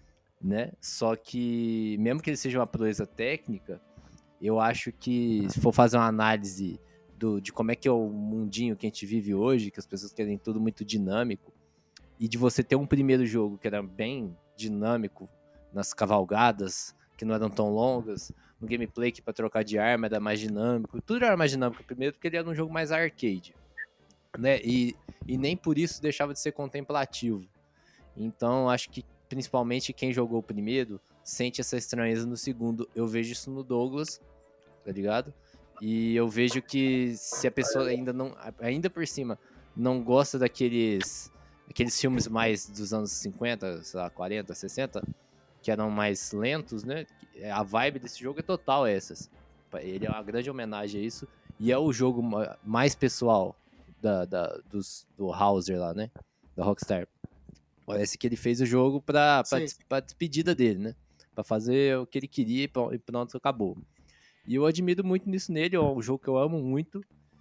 né? Só que, mesmo que ele seja uma proeza técnica, eu acho que se for fazer uma análise do, de como é que é o mundinho que a gente vive hoje, que as pessoas querem tudo muito dinâmico, e de você ter um primeiro jogo que era bem dinâmico nas cavalgadas, que não eram tão longas, no gameplay que para trocar de arma era mais dinâmico, tudo era mais dinâmico primeiro porque ele era um jogo mais arcade, né? E, e nem por isso deixava de ser contemplativo. Então acho que principalmente quem jogou o primeiro sente essa estranheza no segundo. Eu vejo isso no Douglas, tá ligado? E eu vejo que se a pessoa ainda não, ainda por cima, não gosta daqueles aqueles filmes mais dos anos cinquenta, sei lá, quarenta, sessenta, que eram mais lentos, né? A vibe desse jogo é total essas. Ele é uma grande homenagem a isso. E é o jogo ma- mais pessoal da, da, dos, do Hauser lá, né? Da Rockstar. Parece que ele fez o jogo pra, pra, Sim. des- pra despedida dele, né? Pra fazer o que ele queria e pron- e pronto, acabou. E eu admiro muito nisso nele, é um jogo que eu amo muito.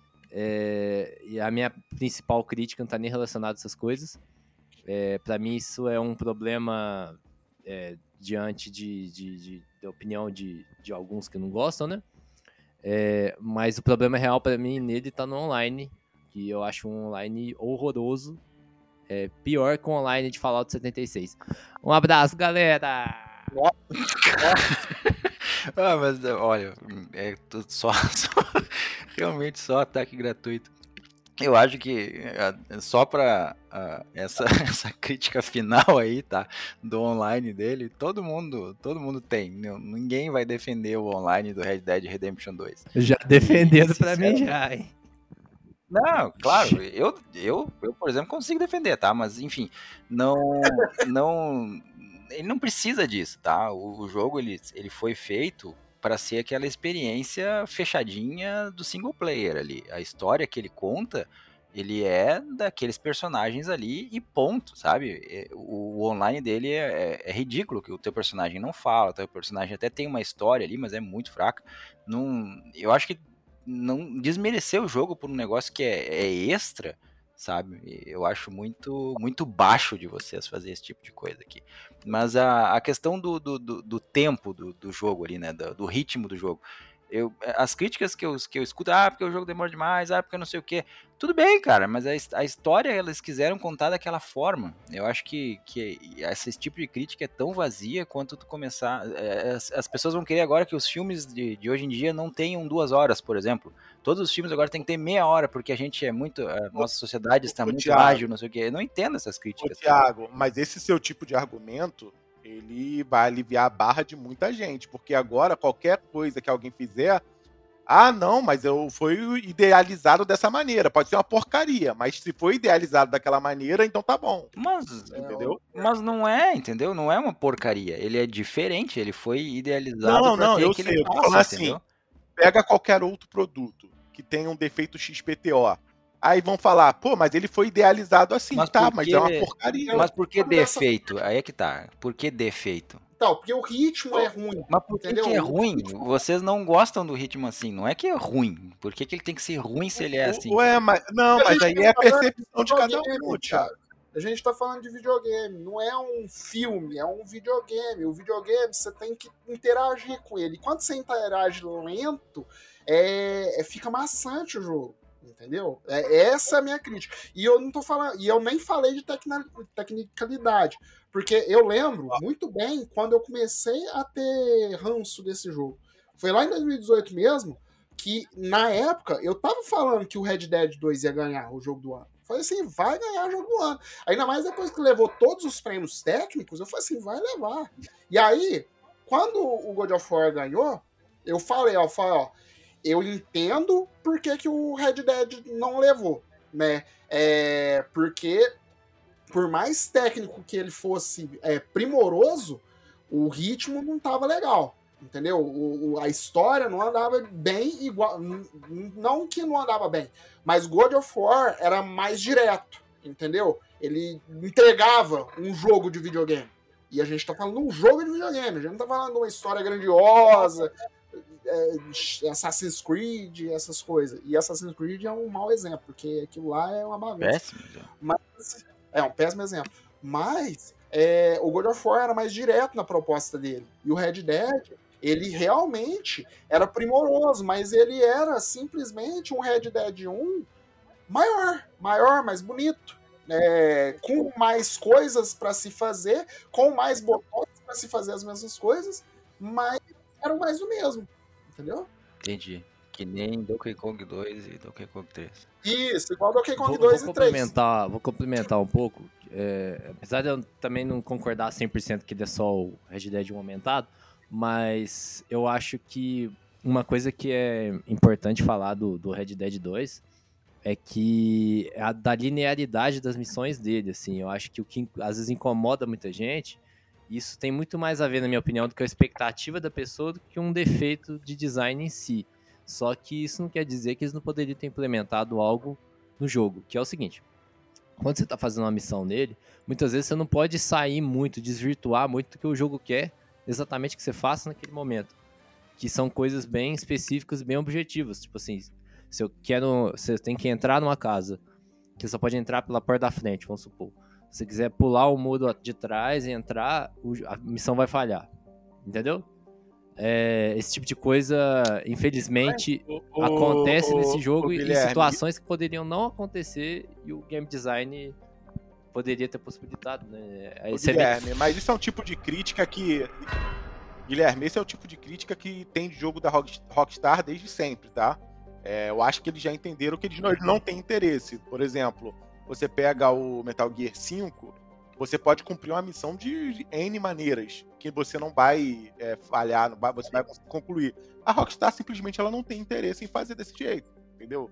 É, e a minha principal crítica não tá nem relacionada a essas coisas. É, para mim, isso é um problema é, diante de, de, de, de opinião de, de alguns que não gostam, né? É, mas o problema real para mim nele tá no online, que eu acho um online horroroso. É, pior que o online de Fallout setenta e seis. Um abraço, galera! Ah, mas olha, é tudo só, só realmente só ataque gratuito. Eu acho que ah, só pra ah, essa, essa crítica final aí, tá? Do online dele, todo mundo, todo mundo tem. Não- Ninguém vai defender o online do Red Dead Redemption dois. Já defendendo Sincero. pra mim já, hein? Não, claro, eu, eu, eu, por exemplo, consigo defender, tá? Mas, enfim, não, não, ele não precisa disso, tá? O, o jogo, ele, ele foi feito para ser aquela experiência fechadinha do single player ali. A história que ele conta, ele é daqueles personagens ali e ponto, sabe? O, o online dele é, é, é ridículo, que o teu personagem não fala, o teu personagem até tem uma história ali, mas é muito fraca. Não, eu acho que não desmerecer o jogo por um negócio que é, é extra, sabe? Eu acho muito, muito baixo de vocês fazer esse tipo de coisa aqui. Mas a, a questão do, do, do, do tempo do, do jogo ali, né? Do, do ritmo do jogo. Eu, as críticas que eu, que eu escuto, ah, porque o jogo demora demais, ah, porque não sei o quê. Tudo bem, cara, mas a, a história eles quiseram contar daquela forma. Eu acho que, que esse tipo de crítica é tão vazia quanto tu começar. É, as, as pessoas vão querer agora que os filmes de, de hoje em dia não tenham duas horas, por exemplo. Todos os filmes agora tem que ter meia hora, porque a gente é muito. A nossa sociedade está muito Thiago, ágil, não sei o quê. Eu não entendo essas críticas. Ô, Thiago, mas esse seu tipo de argumento, ele vai aliviar a barra de muita gente, porque agora qualquer coisa que alguém fizer. Ah, não, mas eu foi idealizado dessa maneira. Pode ser uma porcaria, mas se foi idealizado daquela maneira, então tá bom. Mas, entendeu? Mas não é, entendeu? Não é uma porcaria. Ele é diferente, ele foi idealizado Não, pra não, ter eu aquele sei. Eu tô passo, falando assim, entendeu? pega qualquer outro produto que tenha um defeito X P T O. Aí vão falar, pô, mas ele foi idealizado assim, Mas tá, por mas que- é uma porcaria. Mas por que Vamos nessa- defeito? Aí é que tá. Por que defeito? Então, porque o ritmo é ruim. Mas por que, Entendeu? que é O ruim? ritmo- Vocês não gostam do ritmo assim. Não é que é ruim. Por que, que ele tem que ser ruim se ele é assim? Ué, mas, não, A mas gente aí tá é a falando percepção de cada um, videogame, Thiago. Thiago. A gente tá falando de videogame, não é um filme, é um videogame. O videogame você tem que interagir com ele. Quando você interage lento, é, é- fica maçante o jogo. Entendeu? É, essa é a minha crítica. E eu não tô falando. E eu nem falei de tecna, tecnicalidade. Porque eu lembro muito bem quando eu comecei a ter ranço desse jogo. Foi lá em dois mil e dezoito mesmo, que na época eu tava falando que o Red Dead dois ia ganhar o jogo do ano. Falei assim, vai ganhar o jogo do ano. Ainda mais depois que levou todos os prêmios técnicos, eu falei assim, vai levar. E aí, quando o God of War ganhou, eu falei, ó, eu falei, ó, eu entendo por que, que o Red Dead não levou, né? É, porque, por mais técnico que ele fosse é, primoroso, o ritmo não tava legal, entendeu? O, o- a história não andava bem igual... n- n- Não que não andava bem, mas God of War era mais direto, entendeu? Ele entregava um jogo de videogame. E a gente tá falando de um jogo de videogame, a gente não tá falando de uma história grandiosa, é, Assassin's Creed, essas coisas. E Assassin's Creed é um mau exemplo, porque aquilo lá é uma bagunça. Péssimo. Mas, é um péssimo exemplo. Mas é, o God of War era mais direto na proposta dele. E o Red Dead, ele realmente era primoroso, mas ele era simplesmente um Red Dead um maior, maior, mais bonito. É, com mais coisas para se fazer, com mais botões para se fazer as mesmas coisas, mas era mais o mesmo. Entendeu? Entendi. Que nem Donkey Kong dois e Donkey Kong três. Isso, igual Donkey Kong Vou, dois vou e três. complementar, vou complementar um pouco. É, apesar de eu também não concordar cem por cento que ele é só o Red Dead um aumentado, mas eu acho que uma coisa que é importante falar do, do Red Dead dois é que a da linearidade das missões dele, assim, eu acho que o que às vezes incomoda muita gente, isso tem muito mais a ver, na minha opinião, do que a expectativa da pessoa do que um defeito de design em si. Só que isso não quer dizer que eles não poderiam ter implementado algo no jogo, que é o seguinte: quando você está fazendo uma missão nele, muitas vezes você não pode sair muito, desvirtuar muito do que o jogo quer exatamente que você faça naquele momento. Que são coisas bem específicas, bem objetivas. Tipo assim, se eu quero, você tem que entrar numa casa, que você só pode entrar pela porta da frente, vamos supor. Se você quiser pular o muro de trás e entrar, a missão vai falhar. Entendeu? É, esse tipo de coisa, infelizmente, O- acontece o- nesse jogo o em Guilherme, situações que poderiam não acontecer e o game design poderia ter possibilitado, né? Aí Ô, você vê- Guilherme, mas isso é um tipo de crítica que. Guilherme, esse é o tipo de crítica que tem de jogo da Rock- Rockstar desde sempre, tá? É, eu acho que eles já entenderam que eles não, eles não têm interesse. Por exemplo, você pega o Metal Gear cinco, você pode cumprir uma missão de N maneiras, que você não vai é, falhar, não vai, você vai conseguir concluir. A Rockstar simplesmente ela não tem interesse em fazer desse jeito, entendeu?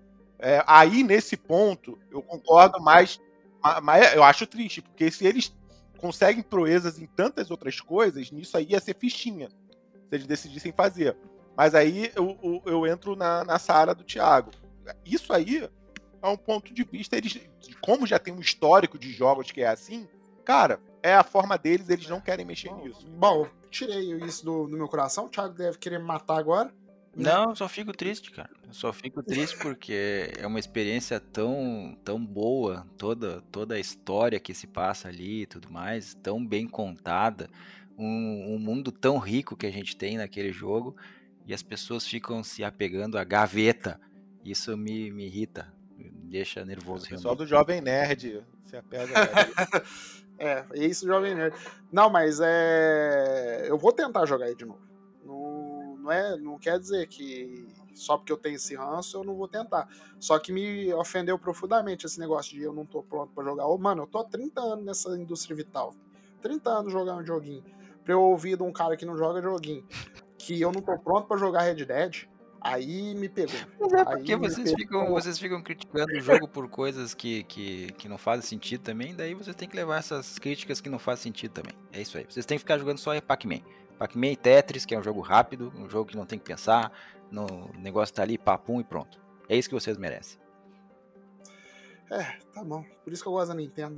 É, aí, nesse ponto, eu concordo, mas, mas eu acho triste, porque se eles conseguem proezas em tantas outras coisas, nisso aí ia ser fichinha, se eles decidissem fazer. Mas aí eu, eu, eu entro na, na seara do Thiago. Isso aí é um ponto de vista, eles, como já tem um histórico de jogos que é assim, cara, é a forma deles, eles não querem mexer Bom, nisso. Bom, eu tirei isso do, do meu coração, o Thiago deve querer me matar agora. né? Não, eu só fico triste, cara. Eu só fico triste porque é uma experiência tão, tão boa, toda, toda a história que se passa ali e tudo mais, tão bem contada, um, um mundo tão rico que a gente tem naquele jogo, e as pessoas ficam se apegando à gaveta. Isso me, me irrita, me deixa nervoso O pessoal realmente. do Jovem Nerd se apega a É, é isso, Jovem Nerd. Não, mas é. Eu vou tentar jogar aí de novo. Não, não, é, não quer dizer que só porque eu tenho esse ranço eu não vou tentar. Só que me ofendeu profundamente esse negócio de eu não tô pronto pra jogar. Ô, mano, eu tô há trinta anos nessa indústria vital. trinta anos jogando um joguinho. Pra eu ouvir de um cara que não joga joguinho que eu não tô pronto pra jogar Red Dead, aí me pegou. Mas é Aí porque me vocês pegou. ficam, vocês ficam criticando o jogo por coisas que, que, que não fazem sentido também, daí vocês têm que levar essas críticas que não fazem sentido também. É isso aí. Vocês têm que ficar jogando só Pac-Man. Pac-Man e Tetris, que é um jogo rápido, um jogo que não tem que pensar, no, o negócio tá ali, papum e pronto. É isso que vocês merecem. É, tá bom. Por isso que eu gosto da Nintendo. Né?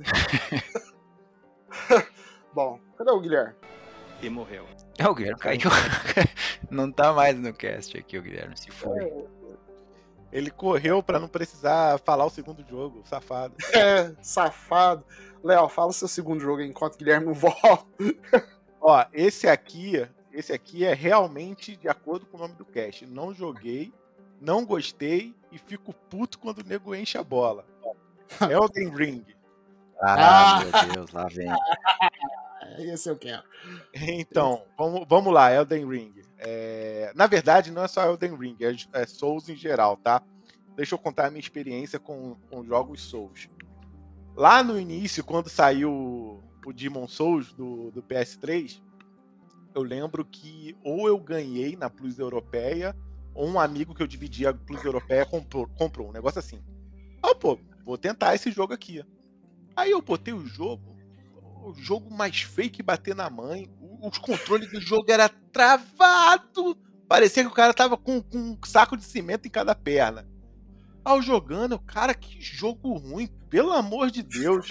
Bom, cadê o Guilherme? E morreu. É, o Guilherme caiu. Não tá mais no cast aqui, o Guilherme se foi. Ele correu pra não precisar falar o segundo jogo, safado. É, safado. Léo, fala o seu segundo jogo aí, enquanto o Guilherme não volta. Ó, esse aqui, esse aqui é realmente de acordo com o nome do cast. Não joguei, não gostei e fico puto quando o nego enche a bola. Elden Ring. Ah, meu Deus, lá vem. Esse eu quero. Então, vamos, vamos lá, Elden Ring. É, na verdade, não é só Elden Ring, é, é Souls em geral, tá? Deixa eu contar a minha experiência com, com jogos Souls. Lá no início, quando saiu o Demon Souls do, do P S três, eu lembro que ou eu ganhei na Plus Europeia, ou um amigo que eu dividia a Plus Europeia comprou, comprou um negócio assim. Ah, pô, vou tentar esse jogo aqui. Aí eu botei o jogo, o jogo mais feio que bater na mãe, os controles do jogo era travado, parecia que o cara tava com, com um saco de cimento em cada perna. Ao jogando, cara, que jogo ruim, pelo amor de Deus.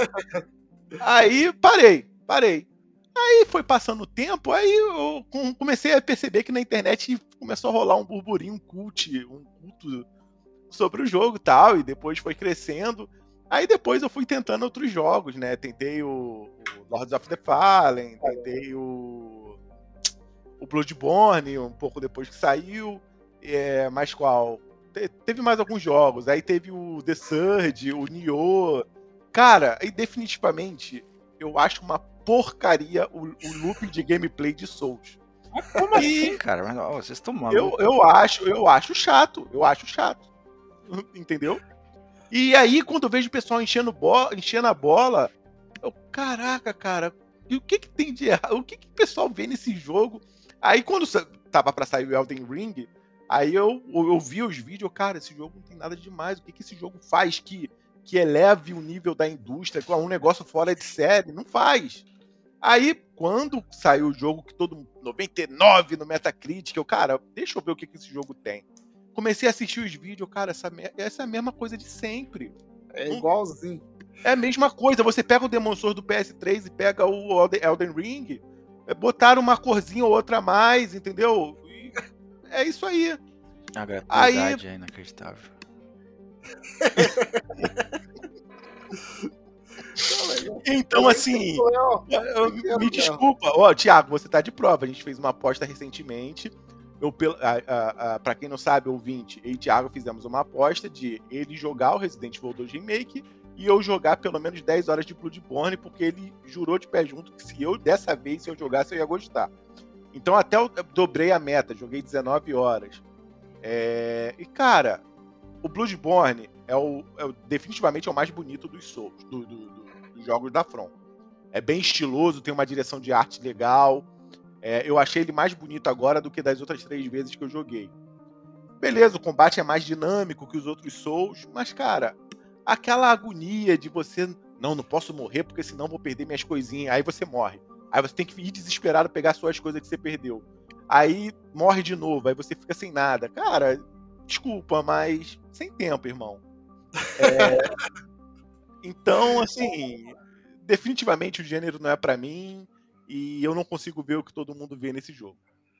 Aí parei, parei. Aí foi passando o tempo, aí eu comecei a perceber que na internet começou a rolar um burburinho, um cult, um culto sobre o jogo e tal, e depois foi crescendo. Aí depois eu fui tentando outros jogos, né? Tentei o, o Lords of the Fallen, tentei o, o Bloodborne, um pouco depois que saiu. É, mas qual? Te, teve mais alguns jogos. Aí teve o The Surge, o Nioh. Cara, aí definitivamente eu acho uma porcaria o, o loop de gameplay de Souls. Como assim, cara? Mas, ó, vocês estão malucos. Eu, eu, acho, eu acho chato. Eu acho chato. Entendeu? E aí, quando eu vejo o pessoal enchendo, bola, enchendo a bola, eu, caraca, cara, e o que que tem de errado? O que que o pessoal vê nesse jogo? Aí, quando tava pra sair o Elden Ring, aí eu, eu vi os vídeos, cara, esse jogo não tem nada demais. O que que esse jogo faz que, que eleve o nível da indústria, com um negócio fora de série? Não faz. Aí, quando saiu o jogo, que todo noventa e nove no Metacritic, eu, cara, deixa eu ver o que que esse jogo tem. Comecei a assistir os vídeos, cara, essa, essa é a mesma coisa de sempre. É igualzinho. É a mesma coisa. Você pega o Demon Souls do P S três e pega o Elden Ring, botaram uma corzinha ou outra a mais, entendeu? E é isso aí. A gratuidade aí... é inacreditável. Então, assim, me desculpa. Ó, Thiago, você tá de prova. A gente fez uma aposta recentemente. Eu, pra quem não sabe, ouvinte, eu e o Thiago fizemos uma aposta de ele jogar o Resident Evil dois Remake e eu jogar pelo menos dez horas de Bloodborne, porque ele jurou de pé junto que se eu, dessa vez, se eu jogasse, eu ia gostar. Então até eu dobrei a meta, joguei dezenove horas. É... E, cara, o Bloodborne é o, é o, definitivamente é o mais bonito dos Souls, do, do, do, dos jogos da From. É bem estiloso, tem uma direção de arte legal. É, eu achei ele mais bonito agora do que das outras três vezes que eu joguei. Beleza, o combate é mais dinâmico que os outros Souls, mas, cara, aquela agonia de você... Não, não posso morrer porque senão vou perder minhas coisinhas. Aí você morre. Aí você tem que ir desesperado pegar suas coisas que você perdeu. Aí morre de novo, aí você fica sem nada. Cara, desculpa, mas sem tempo, irmão. É... Então, assim, definitivamente o gênero não é pra mim e eu não consigo ver o que todo mundo vê nesse jogo.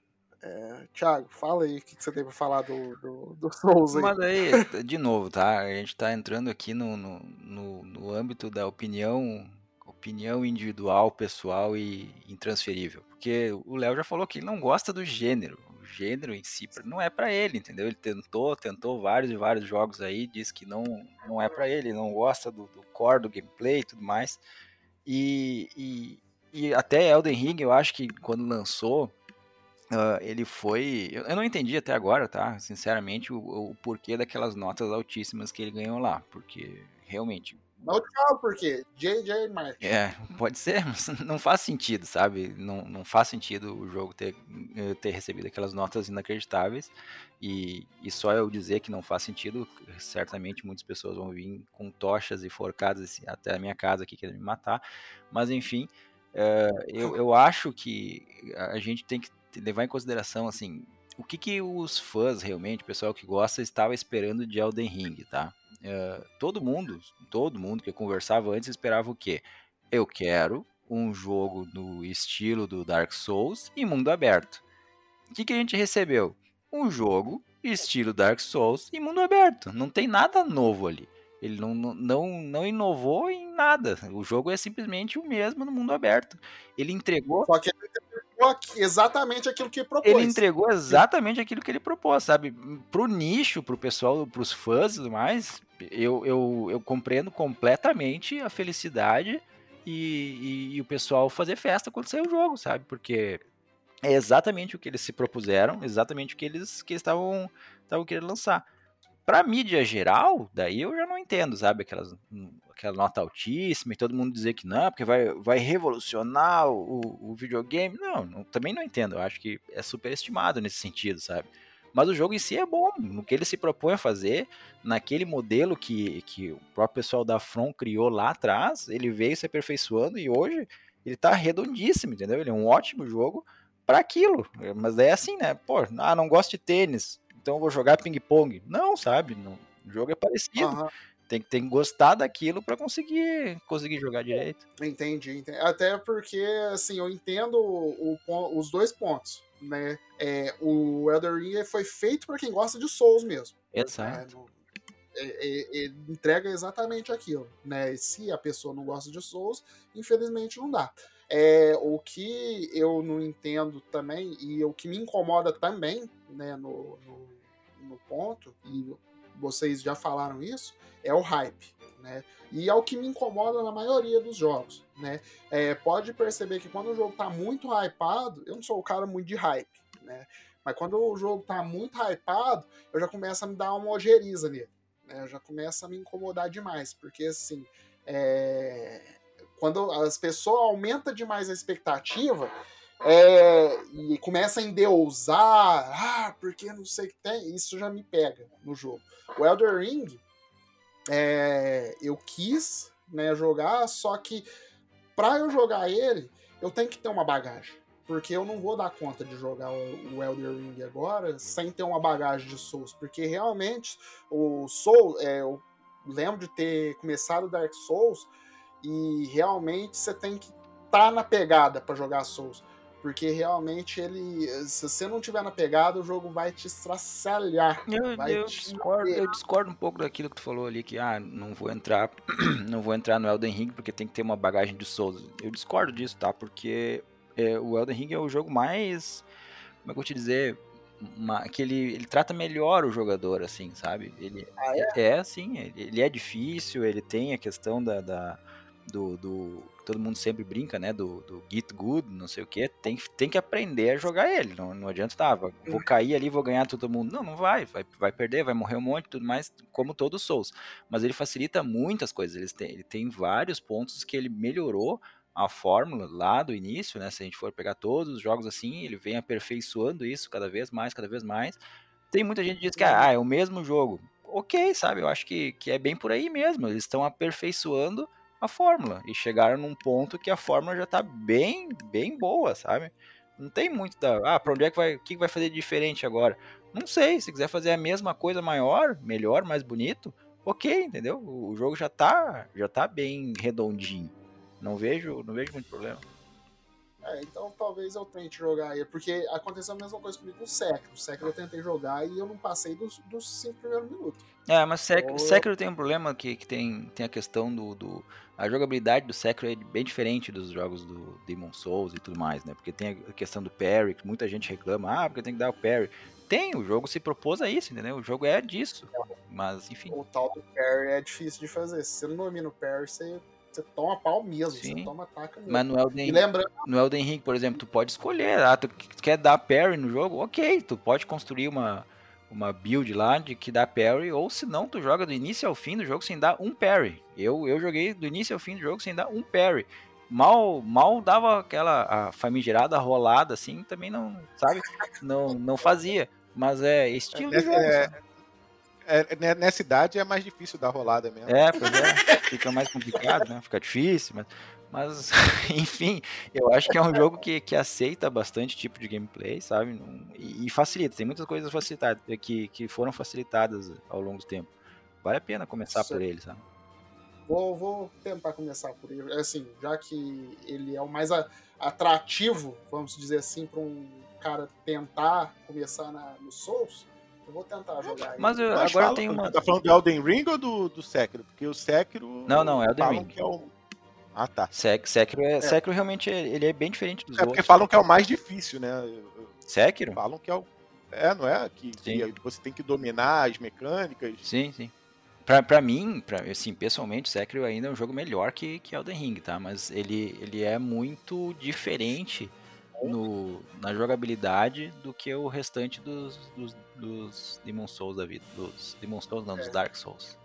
É, Thiago, fala aí o que, que você tem pra falar do, do, do Souls aí. Mas aí, de novo, tá? A gente tá entrando aqui no, no, no, no âmbito da opinião, opinião individual, pessoal e intransferível. Porque o Léo já falou que ele não gosta do gênero. O gênero em si não é pra ele, entendeu? Ele tentou, tentou vários e vários jogos aí, diz que não, não é pra ele, não gosta do, do core, do gameplay e tudo mais. E, e, e até Elden Ring, eu acho que quando lançou, Uh, ele foi... Eu, eu não entendi até agora, tá? Sinceramente, o, o porquê daquelas notas altíssimas que ele ganhou lá. Porque, realmente... Não te falo por quê. J J Martin. É, pode ser, mas não faz sentido, sabe? Não, não faz sentido o jogo ter, ter recebido aquelas notas inacreditáveis. E, e só eu dizer que não faz sentido, certamente muitas pessoas vão vir com tochas e forcadas até a minha casa aqui querendo me matar. Mas, enfim, uh, eu, eu acho que a gente tem que levar em consideração, assim, o que que os fãs realmente, o pessoal que gosta, estava esperando de Elden Ring, tá? Uh, todo mundo, todo mundo que eu conversava antes esperava o quê? Eu quero um jogo no estilo do Dark Souls em mundo aberto. O que que a gente recebeu? Um jogo estilo Dark Souls em mundo aberto. Não tem nada novo ali. Ele não, não, não inovou em nada. O jogo é simplesmente o mesmo no mundo aberto. Ele entregou... Só que ele entregou exatamente aquilo que propôs. Ele entregou exatamente aquilo que ele propôs, sabe? Pro nicho, pro pessoal, pros fãs e tudo mais, eu, eu, eu compreendo completamente a felicidade e, e, e o pessoal fazer festa quando sair o jogo, sabe? Porque é exatamente o que eles se propuseram, exatamente o que eles que estavam, estavam querendo lançar. Pra mídia geral, daí eu já não entendo, sabe? Aquelas, aquela nota altíssima e todo mundo dizer que não, porque vai, vai revolucionar o, o videogame. Não, não, também não entendo. Eu acho que é superestimado nesse sentido, sabe? Mas o jogo em si é bom. No que ele se propõe a fazer, naquele modelo que, que o próprio pessoal da From criou lá atrás, ele veio se aperfeiçoando e hoje ele tá redondíssimo, entendeu? Ele é um ótimo jogo para aquilo. Mas daí é assim, né? Pô, ah, não gosto de tênis, então eu vou jogar ping-pong. Não, sabe? Não, o jogo é parecido. Uhum. Tem, tem que gostar daquilo para conseguir, conseguir jogar direito. Entendi, entendi. Até porque, assim, eu entendo o, o, os dois pontos, né? É, o Elden Ring foi feito para quem gosta de Souls mesmo. Exato. Né? É, é, é, entrega exatamente aquilo, né? E se a pessoa não gosta de Souls, infelizmente não dá. É, o que eu não entendo também, e o que me incomoda também, né, no, no, no ponto, e vocês já falaram isso, é o hype, né? E é o que me incomoda na maioria dos jogos, né? É, pode perceber que quando o jogo tá muito hypado, eu não sou o cara muito de hype, né? Mas quando o jogo tá muito hypado, eu já começo a me dar uma ojeriza nele, né? Já começa a me incomodar demais, porque assim, é... quando as pessoas aumentam demais a expectativa, é, e começa a endeusar, ah, porque não sei o que tem, isso já me pega no jogo. O Elden Ring, é, eu quis, né, jogar, só que para eu jogar ele, eu tenho que ter uma bagagem, porque eu não vou dar conta de jogar o, o Elden Ring agora sem ter uma bagagem de Souls, porque realmente o Soul, é, eu lembro de ter começado o Dark Souls e realmente você tem que estar tá na pegada para jogar Souls. Porque realmente ele. Se você não tiver na pegada, o jogo vai te estraçalhar. Eu, vai eu, te discordo, eu discordo um pouco daquilo que tu falou ali, que ah, não vou entrar. Não vou entrar no Elden Ring porque tem que ter uma bagagem de Souls. Eu discordo disso, tá? Porque é, o Elden Ring é o jogo mais. Como é que eu vou te dizer? Uma, que ele, ele trata melhor o jogador, assim, sabe? Ele ah, é? é, é assim, ele, ele é difícil, ele tem a questão da. da Do, do, todo mundo sempre brinca, né, do, do Git Good, não sei o que, tem, tem que aprender a jogar ele, não, não adianta, tá, vou cair ali, vou ganhar todo mundo, não, não vai, vai, vai perder, vai morrer um monte, tudo mais, como todo Souls, mas ele facilita muitas coisas, ele tem, ele tem vários pontos que ele melhorou a fórmula lá do início, né, se a gente for pegar todos os jogos assim, ele vem aperfeiçoando isso cada vez mais, cada vez mais, tem muita gente que diz que ah, é o mesmo jogo. Ok, sabe? Eu acho que, que é bem por aí mesmo. Eles estão aperfeiçoando a fórmula e chegaram num ponto que a fórmula já tá bem, bem boa, sabe? Não tem muito da... Ah, pra onde é que vai... O que vai fazer de diferente agora? Não sei. Se quiser fazer a mesma coisa maior, melhor, mais bonito, ok, entendeu? O jogo já tá, já tá bem redondinho. Não vejo, não vejo muito problema. É, então talvez eu tente jogar ele, porque aconteceu a mesma coisa comigo com o Sekiro. O Sekiro eu tentei jogar e eu não passei dos, dos cinco primeiros minutos. É, mas Sek- Oh. Sekiro tem um problema que, que tem, tem a questão do, do... A jogabilidade do Sekiro é bem diferente dos jogos do Demon Souls e tudo mais, né? Porque tem a questão do parry, que muita gente reclama, ah, porque tem que dar o parry. Tem, o jogo se propôs a isso, entendeu? O jogo é disso. Mas, enfim. O tal do parry é difícil de fazer. Se você não domina o parry, você, você toma pau mesmo, Sim. você toma ataca mesmo. Mas no Elden, E lembrando, no Elden Ring, por exemplo, tu pode escolher, ah, tu quer dar parry no jogo? Ok, tu pode construir uma, uma build lá de que dá parry, ou se não, tu joga do início ao fim do jogo sem dar um parry. Eu, eu joguei do início ao fim do jogo sem dar um parry. Mal, mal dava aquela a famigerada rolada, assim, também não, sabe, não, não fazia. Mas é estilo de Nessa, jogo, é, sabe? é- é- nessa idade é mais difícil dar rolada mesmo. É, pois é, fica mais complicado, né? Fica difícil, mas, mas enfim, eu acho que é um jogo que, que aceita bastante tipo de gameplay, sabe? Não- E, e facilita, tem muitas coisas facilitadas, que, que foram facilitadas ao longo do tempo. Vale a pena começar Sim. por ele, sabe? vou, vou tentar começar por ele. Assim, já que ele é o mais a- atrativo, vamos dizer assim, para um cara tentar começar na, no Souls, eu vou tentar jogar ele. Mas eu- Mas agora fala, tem uma... Tá falando do Elden Ring ou do, do Sekiro? Porque o Sekiro... Não, não, é Elden falam Ring. que é o... Ah, tá. Sek- Sekiro, é, Sekiro realmente é- ele é bem diferente dos É porque outros. falam que é o mais difícil, né? Sekiro? Falam que é o... É, não é? Que, Sim. que você tem que dominar as mecânicas. Sim, sim. Pra, pra mim, pra, assim, pessoalmente, Sekiro ainda é um jogo melhor que, que Elden Ring, tá? Mas ele, ele é muito diferente no, na jogabilidade do que o restante dos, dos, dos Demon Souls da vida. Dos Demon Souls não, dos É. Dark Souls.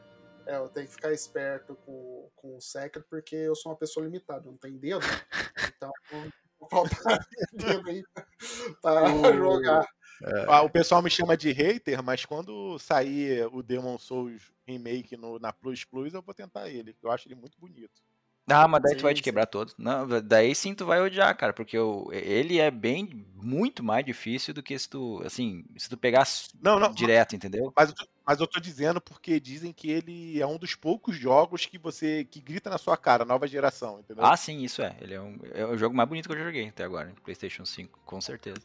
É, eu tenho que ficar esperto com, com o Sekiro, porque eu sou uma pessoa limitada, eu não tenho dedo. Então, vou faltar dedo aí pra O- jogar. Ah, o pessoal me chama de hater, mas quando sair o Demon Souls Remake no, na Plus Plus, eu vou tentar ele. Eu acho ele muito bonito. Ah, mas daí tu Sim, vai te sim. quebrar todo. Não, daí sim tu vai odiar, cara, porque o, ele é bem, muito mais difícil do que se tu, assim, se tu pegar Não, não, direto, entendeu? Mas eu, tô, mas eu tô dizendo porque dizem que ele é um dos poucos jogos que você que grita na sua cara, nova geração, entendeu? Ah, sim, isso é. Ele é, um, é o jogo mais bonito que eu já joguei até agora, no PlayStation cinco, com certeza.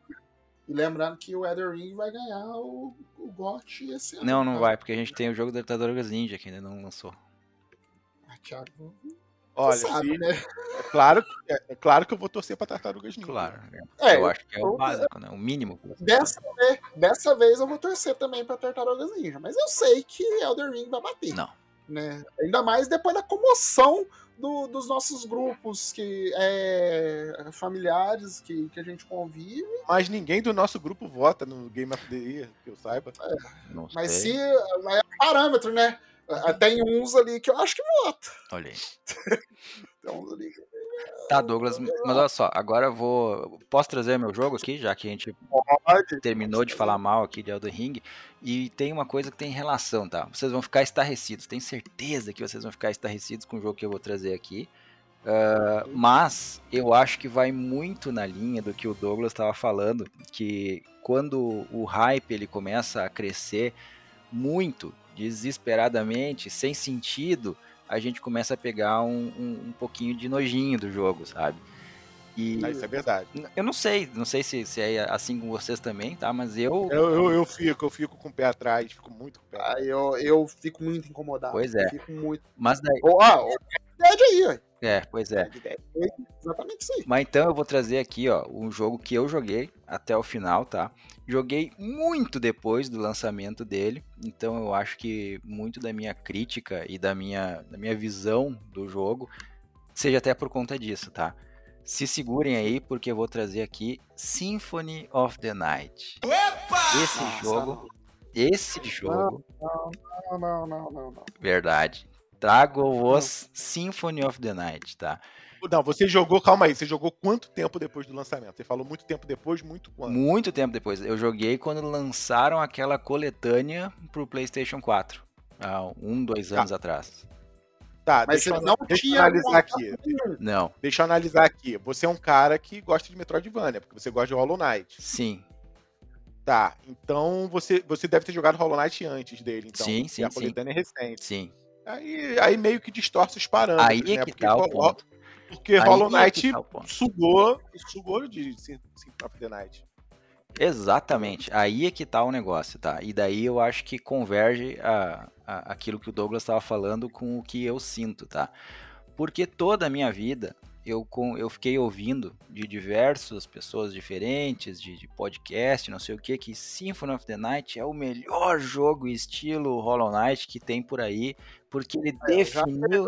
E lembrando que o Elden Ring vai ganhar o, o G O T esse ano. Não, não tá? vai, porque a gente tem o jogo da Tartarugas Ninja que ainda não lançou. Ah, Thiago, Olha, você sabe, se- né? é, claro, é, é claro que eu vou torcer pra Tartarugas Ninja. Claro. É, eu acho que é o eu- básico, né? O mínimo. Dessa vez, dessa vez eu vou torcer também pra Tartarugas Ninja, mas eu sei que Elden Ring vai bater. Não. Né? Ainda mais depois da comoção do- dos nossos grupos que é, familiares que, que a gente convive. Mas ninguém do nosso grupo vota no Game of the Year, que eu saiba. Não Mas sei. se é parâmetro, né? Tem uns ali que eu acho que vota. Olha aí. Tem uns ali que... Tá, Douglas, mas olha só, agora eu vou. Posso trazer meu jogo aqui, já que a gente Pode. terminou de falar mal aqui de Elden Ring. E tem uma coisa que tem relação, tá? Vocês vão ficar estarrecidos. Tenho certeza que vocês vão ficar estarrecidos com o jogo que eu vou trazer aqui. Ah, mas eu acho que vai muito na linha do que o Douglas estava falando, que quando o hype ele começa a crescer muito, desesperadamente, sem sentido, a gente começa a pegar um, um, um pouquinho de nojinho do jogo, sabe? E Ah, isso é verdade. eu não sei, não sei se, se é assim com vocês também, tá? Mas eu, Eu, eu, eu fico, eu fico com o pé atrás, fico muito com o pé atrás. Aí eu, eu fico muito incomodado. Pois é. Fico muito. mas daí, Ó, ah, o Red Dead aí, ó. é, pois é. Red Dead foi exatamente isso aí. Mas então eu vou trazer aqui, ó, um jogo que eu joguei até o final, tá? Joguei muito depois do lançamento dele, então eu acho que muito da minha crítica e da minha, da minha visão do jogo seja até por conta disso, tá? Se segurem aí, porque eu vou trazer aqui Symphony of the Night. Esse Nossa, jogo, esse jogo, Não, não, não, não, não. verdade. Trago-vos Symphony of the Night, tá? Não, você jogou, calma aí, você jogou quanto tempo depois do lançamento? Você falou muito tempo depois, muito quanto? Muito tempo depois. Eu joguei quando lançaram aquela coletânea pro PlayStation quatro. Há um, dois anos Tá. atrás. Tá, Mas deixa, você eu, não deixa eu tinha analisar contato aqui. nenhum. Não, Deixa eu analisar aqui. Você é um cara que gosta de Metroidvania, porque você gosta de Hollow Knight. sim. Tá, então você, você deve ter jogado Hollow Knight antes dele, então. Sim, porque sim, a sim. coletânea é recente. Sim. Aí, aí meio que distorce os parâmetros, Aí é né? que Porque, tá o Hollow- ponto. porque Aí Hollow é que Knight tá o ponto. sugou, sugou de Symphony of the Night. Exatamente. Aí é que tá o negócio, tá? E daí eu acho que converge a, a- aquilo que o Douglas estava falando com o que eu sinto, tá? Porque toda a minha vida eu, com, eu fiquei ouvindo de diversas pessoas diferentes, de, de podcast, não sei o que, que Symphony of the Night é o melhor jogo estilo Hollow Knight que tem por aí, porque ele É, eu já definiu,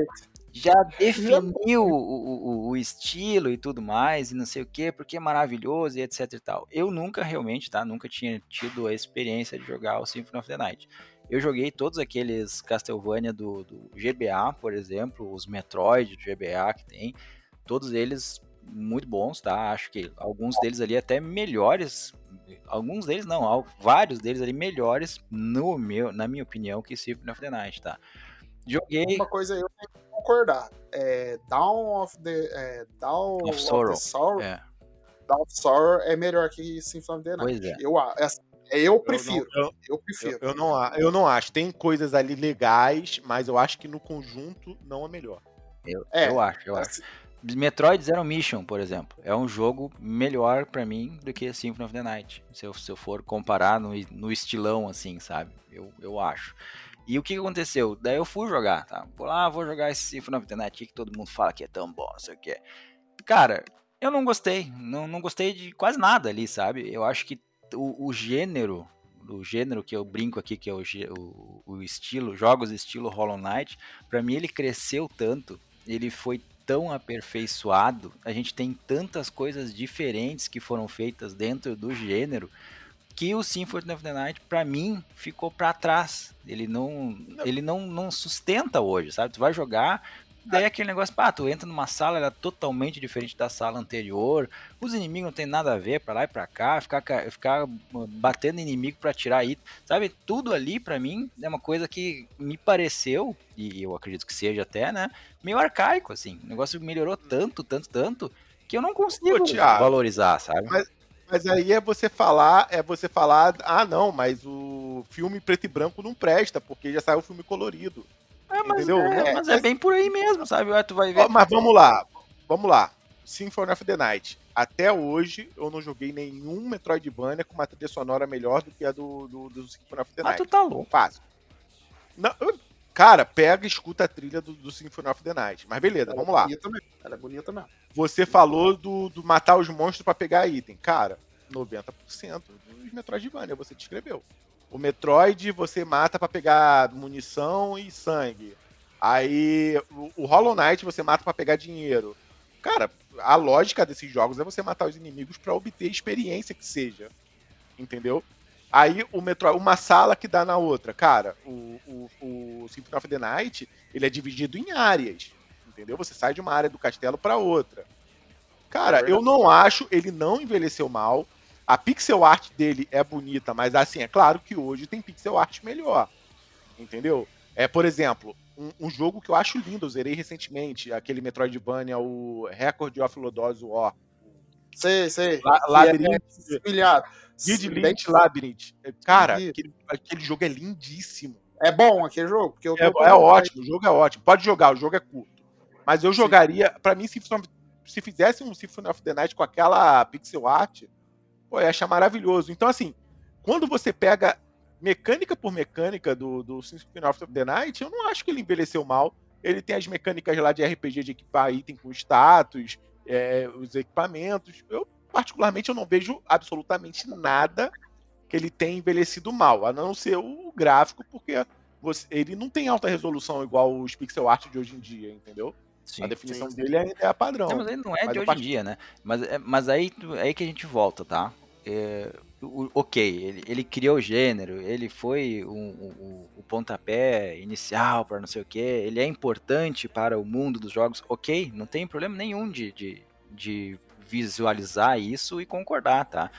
já definiu o, o, o estilo e tudo mais, e não sei o que, porque é maravilhoso e etc e tal. Eu nunca realmente, tá? Nunca tinha tido a experiência de jogar o Symphony of the Night. Eu joguei todos aqueles Castlevania do, do G B A, por exemplo, os Metroid do G B A que tem, todos eles muito bons, tá? Acho que alguns deles ali até melhores, alguns deles não, al- vários deles ali melhores, no meu, na minha opinião, que Symphony of the Night, tá? Joguei Uma coisa eu tenho que concordar. É, Dawn of the, é, Dawn of of Sorrow. the Sorrow, É, Dawn of Sorrow é melhor que Symphony of the Night. pois é. Eu, a- é assim, eu prefiro. Eu, não- Eu eu, prefiro. eu, não, a- eu não acho. Tem coisas ali legais, mas eu acho que no conjunto não é melhor. Eu, É, eu acho, eu acho. Assim, Metroid Zero Mission, por exemplo, é um jogo melhor pra mim do que Symphony of the Night. Se eu, se eu for comparar no, no estilão, assim, sabe? Eu, eu acho. E o que que aconteceu? Daí eu fui jogar, tá? Vou lá, vou jogar esse Symphony of the Night que todo mundo fala que é tão bom, não sei o que. Cara, eu não gostei. Não, não gostei de quase nada ali, sabe? Eu acho que o, o gênero, o gênero que eu brinco aqui, que é o, gê- o, o estilo, jogos estilo Hollow Knight, pra mim ele cresceu tanto, ele foi tão aperfeiçoado, a gente tem tantas coisas diferentes que foram feitas dentro do gênero, que o Symphony of the Night, pra mim, ficou pra trás. Ele não, ele não, não sustenta hoje, sabe? Tu vai jogar, daí é aquele negócio, pá, tu entra numa sala, ela é totalmente diferente da sala anterior, os inimigos não tem nada a ver pra lá e pra cá, ficar, ca- ficar batendo inimigo pra tirar item, sabe? Tudo ali, pra mim, é uma coisa que me pareceu, e eu acredito que seja até, né, meio arcaico, assim. O negócio melhorou tanto, tanto, tanto, que eu não consigo Ô, Thiago, valorizar, sabe? Mas, mas aí é você falar, é você falar, ah não, mas o filme preto e branco não presta, porque já saiu o filme colorido. É, mas, entendeu? É, É, mas é bem por aí mesmo, sabe? Aí tu vai ver. Ó, mas vamos lá, vamos lá. Symphony of the Night. Até hoje eu não joguei nenhum Metroidvania com uma trilha sonora melhor do que a do, do, do Symphony of the Ah, Night. tu tá louco. Fácil. Não, eu- cara, pega e escuta a trilha do, do Symphony of the Night. Mas beleza, vamos lá. bonita mesmo. Ela é bonita mesmo. Você falou do, do matar os monstros pra pegar item. Cara, noventa por cento dos Metroidvania você descreveu. O Metroid você mata pra pegar munição e sangue. Aí o, o Hollow Knight você mata pra pegar dinheiro. Cara, a lógica desses jogos é você matar os inimigos pra obter experiência que seja. Entendeu? Aí o Metroid, uma sala que dá na outra. Cara, o, o, o Symphony of the Night, ele é dividido em áreas. Entendeu? Você sai de uma área do castelo pra outra. Cara, É verdade. eu não acho, ele não envelheceu mal. A pixel art dele é bonita, mas assim, é claro que hoje tem pixel art melhor. Entendeu? É, por exemplo, um, um jogo que eu acho lindo, eu zerei recentemente, aquele Metroidvania, o Record of Lodoss War. Sei, sei. La- Labyrinth, Humilhado. Guide Bem- Lynch Labyrinth. Cara, Isso. aquele, aquele jogo é lindíssimo. É bom aquele jogo? Porque eu tô É, com é vontade. ótimo, o jogo é ótimo. Pode jogar, o jogo é curto. Mas eu Sim. jogaria, pra mim, se, se fizesse um Symphony of the Night com aquela pixel art, pô, eu ia achar maravilhoso. Então, assim, quando você pega mecânica por mecânica do, do Symphony of the Night, eu não acho que ele envelheceu mal. Ele tem as mecânicas lá de R P G de equipar item com status, é, os equipamentos. Eu, particularmente, eu não vejo absolutamente nada que ele tenha envelhecido mal, a não ser o gráfico, porque você- ele não tem alta resolução igual os pixel art de hoje em dia, entendeu? Sim. A definição sim. dele ainda é a padrão. Não, mas ele não é Mas de eu hoje em part- dia, né? Mas, é- mas aí, tu- aí que a gente volta, tá? é, o- ok, ele, ele criou o gênero, ele foi o, o, o pontapé inicial para não sei o que, ele é importante para o mundo dos jogos, ok, não tem problema nenhum de, de, de visualizar isso e concordar, tá?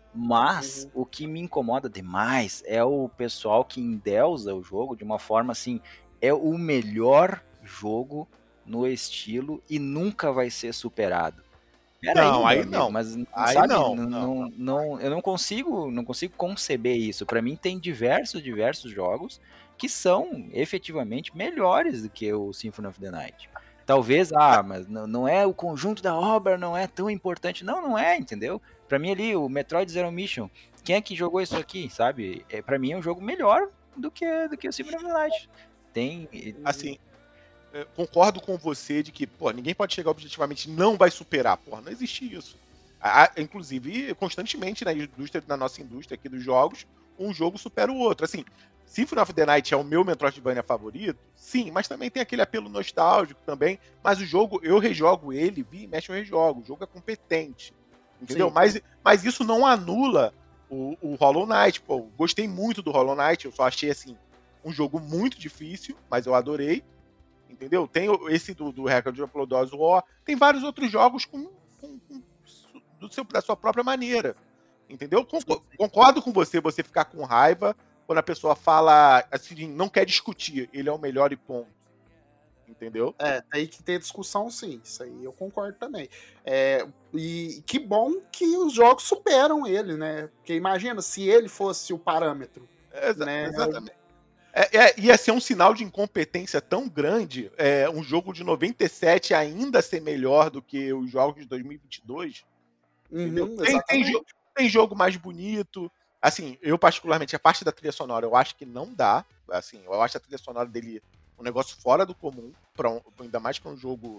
Mas Uhum. o que me incomoda demais é o pessoal que endeusa o jogo de uma forma assim, é o melhor jogo no estilo e nunca vai ser superado. Peraí, Não, meu aí amigo, não. mas Aí sabe, não, não, não. não, não- eu não consigo, não consigo conceber isso. Pra mim tem diversos, diversos jogos que são efetivamente melhores do que o Symphony of the Night. Talvez, ah, mas não, não é o conjunto da obra, não é tão importante. Não, não é, entendeu? Pra mim ali, o Metroid Zero Mission, quem é que jogou isso aqui, sabe? É, pra mim é um jogo melhor do que, do que o Symphony of the Night. Tem, Assim, é, concordo com você de que, pô, ninguém pode chegar objetivamente e não vai superar. Porra, não existe isso. A- a- inclusive, constantemente na indústria, na nossa indústria aqui dos jogos, um jogo supera o outro. Assim, Symphony of the Night é o meu Metroidvania favorito, sim, mas também tem aquele apelo nostálgico também. Mas o jogo, eu rejogo ele, vi e mexe, eu rejogo. O jogo é competente, entendeu? Sim. Mas, mas isso não anula o, o Hollow Knight. Pô, gostei muito do Hollow Knight, eu só achei, assim, um jogo muito difícil, mas eu adorei. Entendeu? Tem o- esse do, do Record of Applause War, tem vários outros jogos com, com- com su- do seu, da sua própria maneira. Entendeu? Conco- Concordo com você, você ficar com raiva quando a pessoa fala assim, não quer discutir, ele é o melhor e ponto. Entendeu? É, tem que ter discussão, sim. Isso aí eu concordo também. É, e que bom que os jogos superam ele, né? Porque imagina se ele fosse o parâmetro, Exa- né? exatamente. É, é, ia ser um sinal de incompetência tão grande, é, um jogo de noventa e sete ainda ser melhor do que os jogos de dois mil e vinte e dois. Entendeu? Uhum, Tem, tem, exatamente. jogo, tem jogo mais bonito. Assim, eu particularmente, a parte da trilha sonora, eu acho que não dá. Assim, eu acho a trilha sonora dele um negócio fora do comum, pra um, ainda mais para um jogo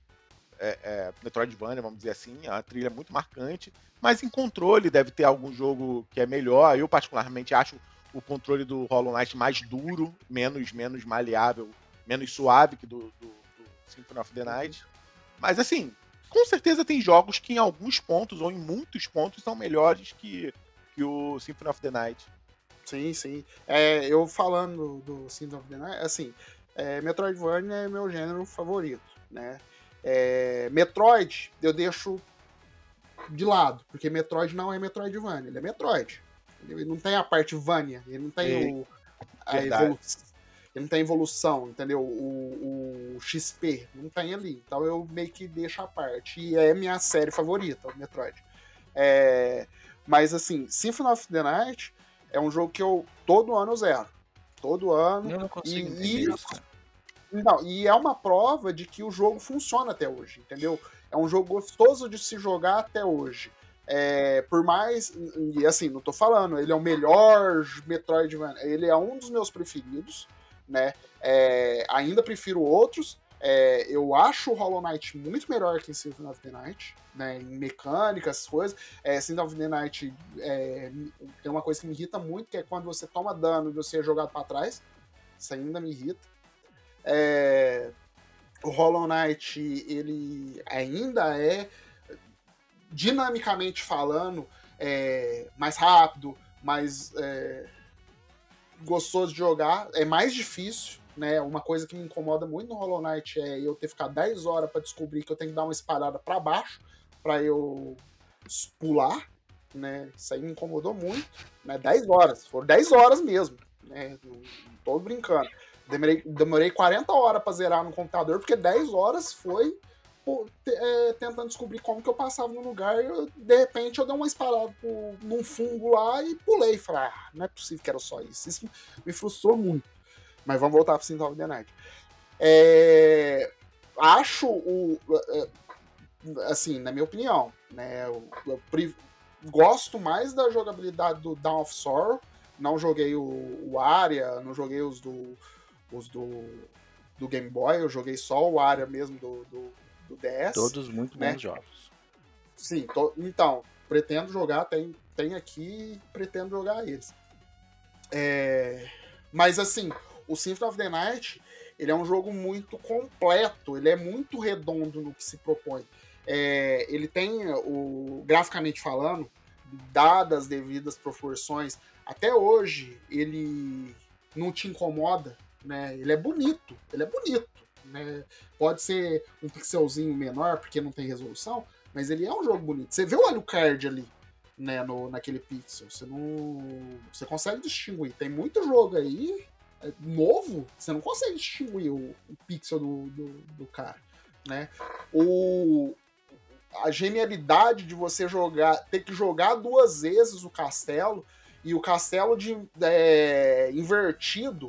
é, é, Metroidvania, vamos dizer assim. A trilha é muito marcante. Mas em controle deve ter algum jogo que é melhor. Eu particularmente acho o controle do Hollow Knight mais duro, menos, menos maleável, menos suave que do, do, do Symphony of the Night. Mas assim, com certeza tem jogos que em alguns pontos, ou em muitos pontos, são melhores que, que o Symphony of the Night. Sim, sim. É, eu falando do Symphony of the Night, assim, é, Metroidvania é meu gênero favorito, né? É, Metroid eu deixo de lado, porque Metroid não é Metroidvania, ele é Metroid. Ele não tem a parte Vania, ele não tem Sim, o, a verdade. evolução. Ele não tem evolução, entendeu? O, o X P não tem ali. Então eu meio que deixo a parte. E é minha série favorita, o Metroid. É, mas assim, Symphony of the Night é um jogo que eu todo ano eu zero. Todo ano. eu não consigo E, entender e, isso, cara. não, e é uma prova de que o jogo funciona até hoje, entendeu? É um jogo gostoso de se jogar até hoje. É, por mais. E assim, não tô falando, ele é o melhor Metroidvania. Ele é um dos meus preferidos, né? É, ainda prefiro outros. É, eu acho o Hollow Knight muito melhor que Symphony of the Night, né? Em mecânica, essas coisas. É, Symphony of the Night é, tem uma coisa que me irrita muito, que é quando você toma dano e você é jogado para trás. Isso ainda me irrita. É, o Hollow Knight, ele ainda é, dinamicamente falando, é, mais rápido, mais é, gostoso de jogar, é mais difícil, né? Uma coisa que me incomoda muito no Hollow Knight é eu ter que ficar dez horas para descobrir que eu tenho que dar uma espadada para baixo para eu pular, né? Isso aí me incomodou muito, né? dez horas, foram dez horas mesmo, né? Não, não tô brincando. Demorei, demorei quarenta horas pra zerar no computador, porque dez horas foi pô, te, é, tentando descobrir como que eu passava no lugar e eu, de repente eu dei uma esparada pro, num fungo lá e pulei. Falei, ah, não é possível que era só isso. Isso me frustrou muito. Mas vamos voltar pro Symphony of the Night. É, acho o... assim, na minha opinião, né, eu, eu, eu gosto mais da jogabilidade do Dawn of Sorrow. Não joguei o, o Aria, não joguei os do os do, do Game Boy, eu joguei só o Aria mesmo do, do, do D S. Todos muito né? bons jogos. Sim, tô, então, pretendo jogar, tem, tem aqui, pretendo jogar eles. É, mas assim, o Symphony of the Night, ele é um jogo muito completo, ele é muito redondo no que se propõe. É, ele tem, o, graficamente falando, dadas as devidas proporções, até hoje ele não te incomoda, né? Ele é bonito, ele é bonito, né? Pode ser um pixelzinho menor porque não tem resolução, mas ele é um jogo bonito. Você vê o Alucard ali, né, no, naquele pixel, você não, você consegue distinguir. Tem muito jogo aí novo, você não consegue distinguir o, o pixel do, do, do cara, né? O a genialidade de você jogar, ter que jogar duas vezes o castelo, e o castelo de, é, invertido,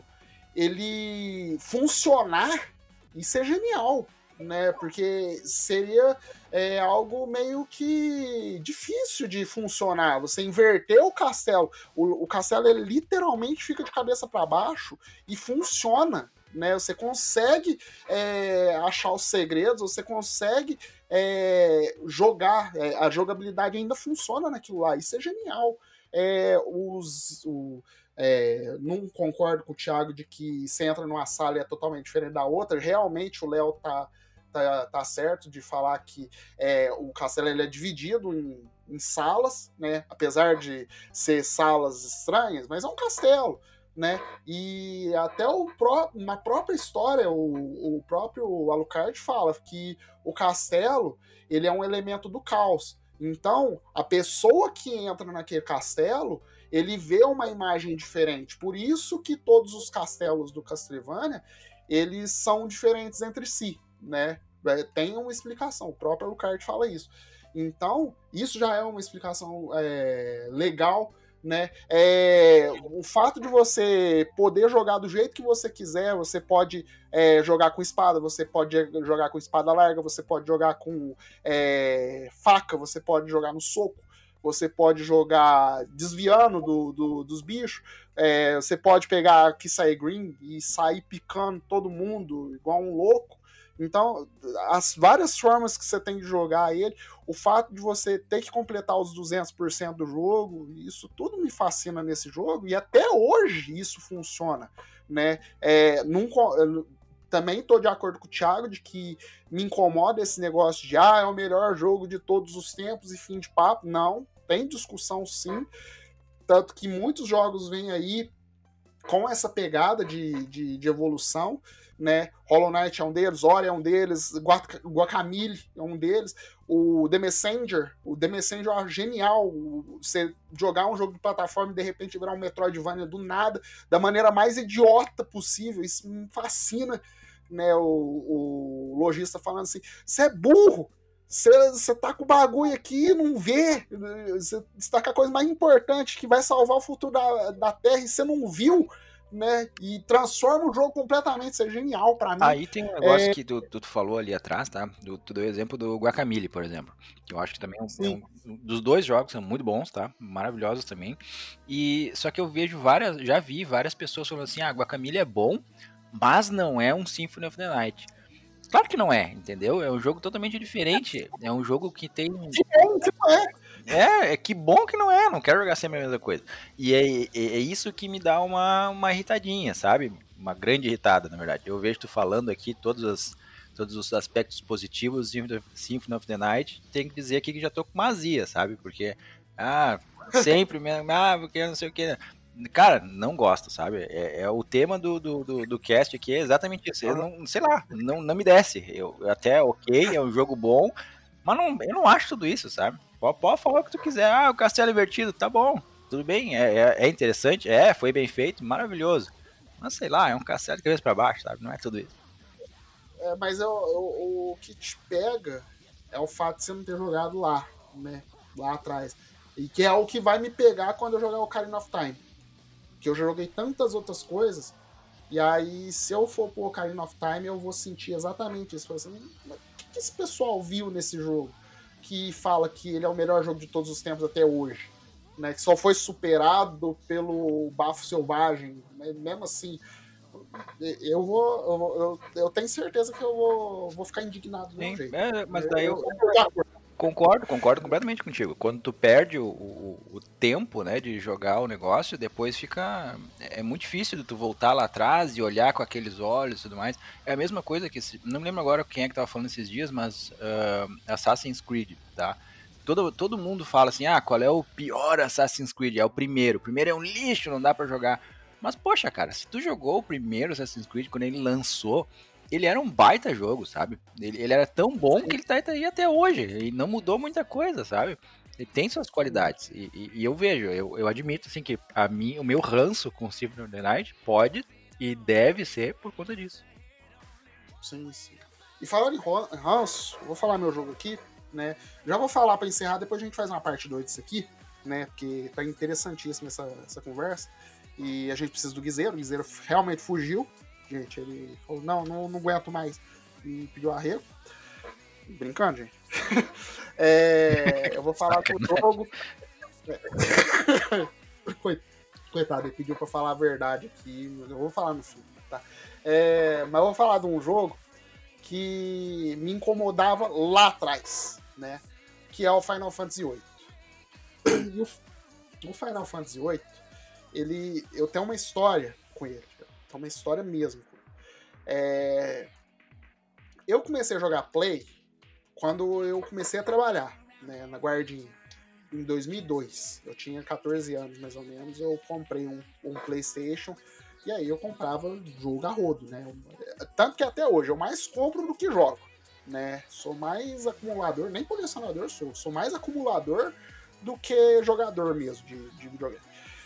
ele funcionar, isso é genial, né? Porque seria é, algo meio que difícil de funcionar. Você inverter o castelo, o, o castelo ele literalmente fica de cabeça para baixo e funciona, né? Você consegue é, achar os segredos, você consegue é, jogar, é, a jogabilidade ainda funciona naquilo lá, isso é genial. É, os, o, é, não concordo com o Thiago de que você entra numa sala e é totalmente diferente da outra. Realmente o Léo tá, tá, tá certo de falar que é, o castelo ele é dividido em, em salas, né? Apesar de ser salas estranhas, mas é um castelo, né? E até o pró na própria história o, o próprio Alucard fala que o castelo ele é um elemento do caos. Então a pessoa que entra naquele castelo, ele vê uma imagem diferente. Por isso que todos os castelos do Castlevania eles são diferentes entre si, né? Tem uma explicação, o próprio Alucard fala isso. Então isso já é uma explicação é, legal, né? É, o fato de você poder jogar do jeito que você quiser, você pode é, jogar com espada, você pode jogar com espada larga, você pode jogar com é, faca, você pode jogar no soco, você pode jogar desviando do, do, dos bichos, é, você pode pegar Kisai Green e sair picando todo mundo igual um louco. Então, as várias formas que você tem de jogar ele, o fato de você ter que completar os duzentos por cento do jogo, isso tudo me fascina nesse jogo, e até hoje isso funciona, né? É, num, também estou de acordo com o Thiago de que me incomoda esse negócio de ah, é o melhor jogo de todos os tempos e fim de papo. Não, tem discussão sim, tanto que muitos jogos vêm aí com essa pegada de, de, de evolução, né? Hollow Knight é um deles, Ori é um deles, Guacamelee é um deles, o The Messenger, o The Messenger é genial, você jogar um jogo de plataforma e de repente virar um Metroidvania do nada, da maneira mais idiota possível, isso me fascina, né? O, o lojista falando assim, você é burro, você tá com o bagulho aqui e não vê, você tá com a coisa mais importante que vai salvar o futuro da, da Terra e você não viu, né? E transforma o jogo completamente, isso é genial pra mim. Aí tem um negócio é... que tu, tu falou ali atrás, tá? Tu, tu deu o exemplo do Guacamelee, por exemplo, que eu acho que também é um, é um dos dois jogos são muito bons, tá? Maravilhosos também. E só que eu vejo várias, já vi várias pessoas falando assim, ah, Guacamelee é bom, mas não é um Symphony of the Night. Claro que não é, entendeu? É um jogo totalmente diferente. É um jogo que tem... Que bom que não é. É, é que bom que não é. Não quero jogar sempre a mesma coisa. E é, é, é isso que me dá uma, uma irritadinha, sabe? Uma grande irritada, na verdade. Eu vejo tu falando aqui todos os, todos os aspectos positivos de Symphony of the Night. Tem que dizer aqui que já tô com uma azia, sabe? Porque, ah, sempre mesmo, ah, porque não sei o que... Cara, não gosto, sabe? É, é o tema do, do, do, do cast aqui, é exatamente isso. Eu não, sei lá, não, não me desce. Eu, até, ok, é um jogo bom, mas não, eu não acho tudo isso, sabe? Pode, pode falar o que tu quiser. Ah, o castelo invertido, tá bom, tudo bem, é, é, é interessante, é, foi bem feito, maravilhoso. Mas sei lá, é um castelo de cabeça pra baixo, sabe? Não é tudo isso. É, mas eu, eu, o que te pega é o fato de você não ter jogado lá, né? Lá atrás. E que é o que vai me pegar quando eu jogar o Ocarina of Time. Que eu já joguei tantas outras coisas, e aí se eu for pro Ocarina of Time eu vou sentir exatamente isso. Assim, o que, que esse pessoal viu nesse jogo que fala que ele é o melhor jogo de todos os tempos até hoje, né? Que só foi superado pelo Bafo Selvagem, né? Mesmo assim eu vou eu, vou, eu, eu tenho certeza que eu vou, vou ficar indignado do meu jeito. É, mas daí eu, eu... Concordo, concordo completamente contigo. Quando tu perde o, o, o tempo, né, de jogar o negócio, depois fica... É muito difícil de tu voltar lá atrás e olhar com aqueles olhos e tudo mais. É a mesma coisa que... Não me lembro agora quem é que tava falando esses dias, mas uh, Assassin's Creed, tá? todo, todo mundo fala assim, ah, qual é o pior Assassin's Creed? É o primeiro. O primeiro é um lixo, não dá pra jogar. Mas, poxa, cara, se tu jogou o primeiro Assassin's Creed, quando ele lançou, ele era um baita jogo, sabe? Ele, ele era tão bom que ele tá aí até hoje. E não mudou muita coisa, sabe? Ele tem suas qualidades. E, e, e eu vejo, eu, eu admito, assim, que a mim, o meu ranço com o Symphony of the Night pode e deve ser por conta disso. Sim, sim. E falando em ranço, eu vou falar meu jogo aqui, né? Já vou falar pra encerrar, depois a gente faz uma parte dois disso aqui, né? Porque tá interessantíssima essa, essa conversa. E a gente precisa do Guizeiro. O Guizeiro realmente fugiu. Gente, ele falou, não, não, não aguento mais. E pediu arrego. Brincando, gente. É, eu vou falar do jogo. Coitado, ele pediu pra falar a verdade aqui. Eu vou falar no fim, tá? É, mas eu vou falar de um jogo que me incomodava lá atrás, né? Que é o Final Fantasy oito. E o, o Final Fantasy oito, ele, eu tenho uma história com ele. Tem uma história mesmo. É, eu comecei a jogar Play quando eu comecei a trabalhar, né, na Guardinha, em dois mil e dois. Eu tinha catorze anos, mais ou menos. Eu comprei um, um PlayStation e aí eu comprava jogo a rodo, né? Tanto que até hoje eu mais compro do que jogo, né? Sou mais acumulador, nem colecionador sou, sou mais acumulador do que jogador mesmo de, de videogame.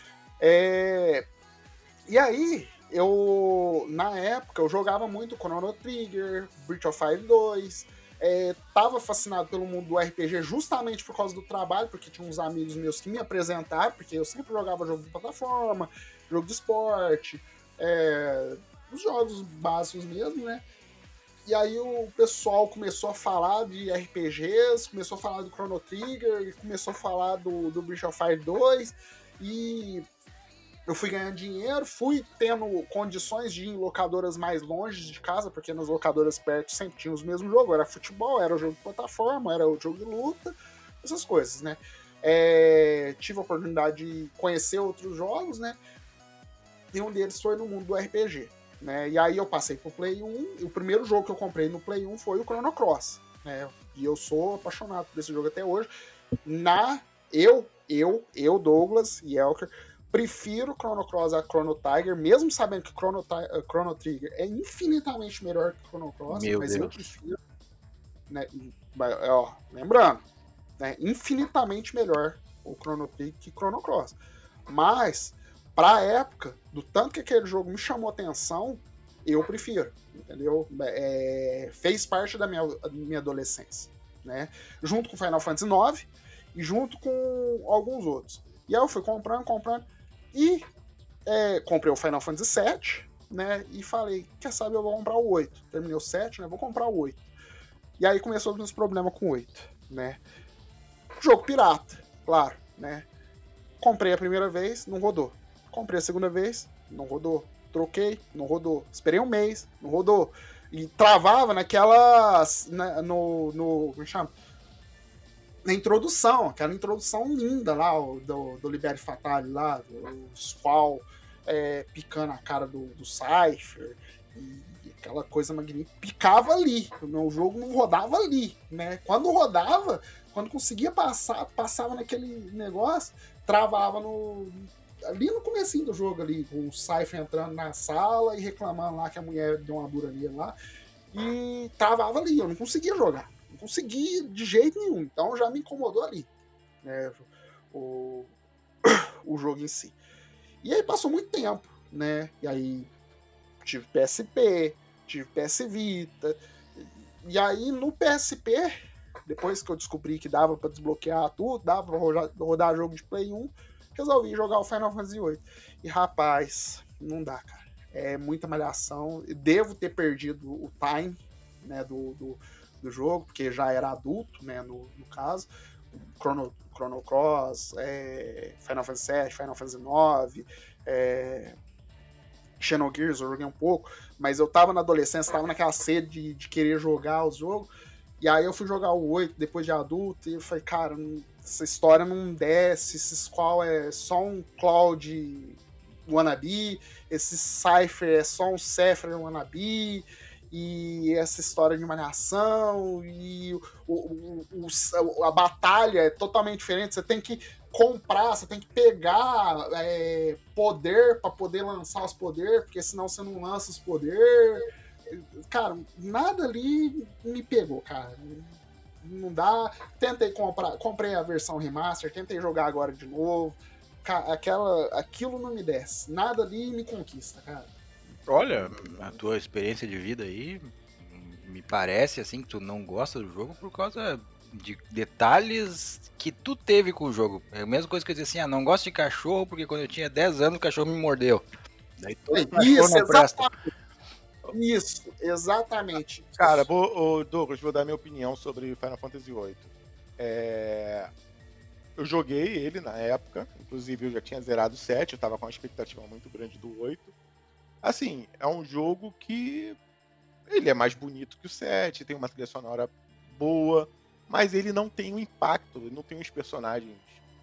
É, e aí, eu, na época, eu jogava muito Chrono Trigger, Breath of Fire dois, é, tava fascinado pelo mundo do R P G justamente por causa do trabalho, porque tinha uns amigos meus que me apresentaram, porque eu sempre jogava jogo de plataforma, jogo de esporte, é, os jogos básicos mesmo, né? E aí o pessoal começou a falar de R P Gs, começou a falar do Chrono Trigger, começou a falar do, do Breath of Fire dois, e eu fui ganhando dinheiro, fui tendo condições de ir em locadoras mais longe de casa, porque nas locadoras perto sempre tinha os mesmos jogos, era futebol, era o jogo de plataforma, era o jogo de luta, essas coisas, né? É, tive a oportunidade de conhecer outros jogos, né? E um deles foi no mundo do R P G, né? E aí eu passei pro Play um, e o primeiro jogo que eu comprei no Play um foi o Chrono Cross, né? E eu sou apaixonado por esse jogo até hoje. Na, eu, eu, eu, Douglas e Elker, prefiro Chrono Cross a Chrono Tiger, mesmo sabendo que Chrono, uh, Chrono Trigger é infinitamente melhor que Chrono Cross, Meu mas Deus. eu prefiro, né, ó, lembrando, né, infinitamente melhor o Chrono Trigger que Chrono Cross. Mas, pra época, do tanto que aquele jogo me chamou atenção, eu prefiro, entendeu? É, fez parte da minha, da minha adolescência, né? Junto com Final Fantasy nove e junto com alguns outros. E aí eu fui comprando, comprando, e é, comprei o Final Fantasy sete, né? E falei, quer saber, eu vou comprar o oito. Terminei o sete, né? Vou comprar o oito. E aí começou os meus problemas com o oito, né? Jogo pirata, claro, né? Comprei a primeira vez, não rodou. Comprei a segunda vez, não rodou. Troquei, não rodou. Esperei um mês, não rodou. E travava naquela... Na, no, no... Como chama? Na introdução, aquela introdução linda lá, do, do Libere Fatale lá, o Squall é, picando a cara do, do Cypher, e aquela coisa magnífica, picava ali, o jogo não rodava ali, né? Quando rodava, quando conseguia passar, passava naquele negócio, travava no, ali no comecinho do jogo ali, com o Cypher entrando na sala e reclamando lá que a mulher deu uma dura ali lá, e travava ali, eu não conseguia jogar. Não consegui de jeito nenhum, então já me incomodou ali, né, o, o jogo em si. E aí passou muito tempo, né, e aí tive P S P, tive P S Vita, e aí no P S P, depois que eu descobri que dava pra desbloquear tudo, dava pra rodar, rodar jogo de Play um, resolvi jogar o Final Fantasy oito. E rapaz, não dá, cara, é muita malhação, devo ter perdido o time, né, do... do do jogo, porque já era adulto, né, no, no caso, Chrono, Chrono Cross, é, Final Fantasy sete, Final Fantasy nove, é, Xenogears, eu joguei um pouco, mas eu tava na adolescência, tava naquela sede de, de querer jogar os jogos, e aí eu fui jogar o oito depois de adulto, e eu falei, cara, não, essa história não desce, esse Squall é só um Cloud wannabe, esse Cypher é só um Sephiroth wannabe, e essa história de malhação, e o, o, o, a batalha é totalmente diferente. Você tem que comprar, você tem que pegar é, poder para poder lançar os poderes, porque senão você não lança os poderes. Cara, nada ali me pegou, cara. Não dá. Tentei comprar, comprei a versão remaster, tentei jogar agora de novo. Aquela, aquilo não me desce. Nada ali me conquista, cara. Olha, a tua experiência de vida aí me parece assim que tu não gosta do jogo por causa de detalhes que tu teve com o jogo. É a mesma coisa que eu disse assim, ah, não gosto de cachorro porque quando eu tinha dez anos o cachorro me mordeu. Daí todo é, cachorro isso, não presta. Exatamente. Isso, exatamente. Cara, vou, oh, Douglas, vou dar minha opinião sobre Final Fantasy oito. É... Eu joguei ele na época, inclusive eu já tinha zerado o sete, eu tava com uma expectativa muito grande do oito. Assim, é um jogo que ele é mais bonito que o sete, tem uma trilha sonora boa, mas ele não tem um impacto, ele não tem os personagens.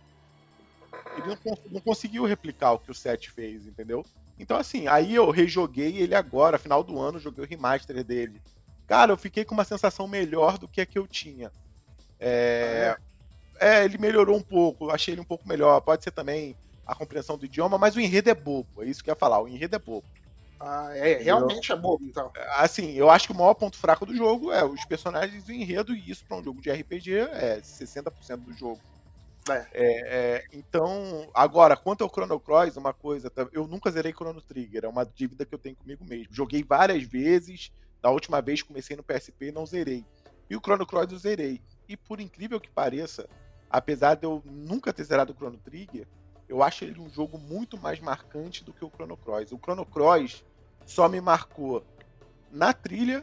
Ele não, não conseguiu replicar o que o sete fez, entendeu? Então, assim, aí eu rejoguei ele agora, final do ano, joguei o remaster dele. Cara, eu fiquei com uma sensação melhor do que a que eu tinha. É, é ele melhorou um pouco, achei ele um pouco melhor. Pode ser também a compreensão do idioma, mas o enredo é bobo, é isso que eu ia falar, o enredo é bobo. Ah, é, realmente é bobo, então. Assim, eu acho que o maior ponto fraco do jogo é os personagens e o enredo, e isso para um jogo de R P G é sessenta por cento do jogo. É. É, é, então, agora, quanto ao Chrono Cross, uma coisa, eu nunca zerei Chrono Trigger, é uma dívida que eu tenho comigo mesmo. Joguei várias vezes, da última vez comecei no P S P e não zerei. E o Chrono Cross eu zerei. E por incrível que pareça, apesar de eu nunca ter zerado o Chrono Trigger, eu acho ele um jogo muito mais marcante do que o Chrono Cross. O Chrono Cross só me marcou na trilha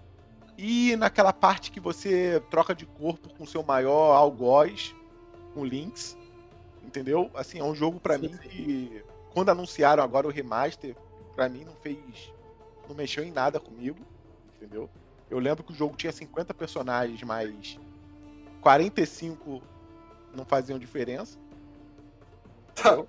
e naquela parte que você troca de corpo com o seu maior algoz, com Lynx, entendeu? Assim, é um jogo pra sim, mim sim. que, quando anunciaram agora o remaster, pra mim não fez, não mexeu em nada comigo, entendeu? Eu lembro que o jogo tinha cinquenta personagens, mas quarenta e cinco não faziam diferença. Então,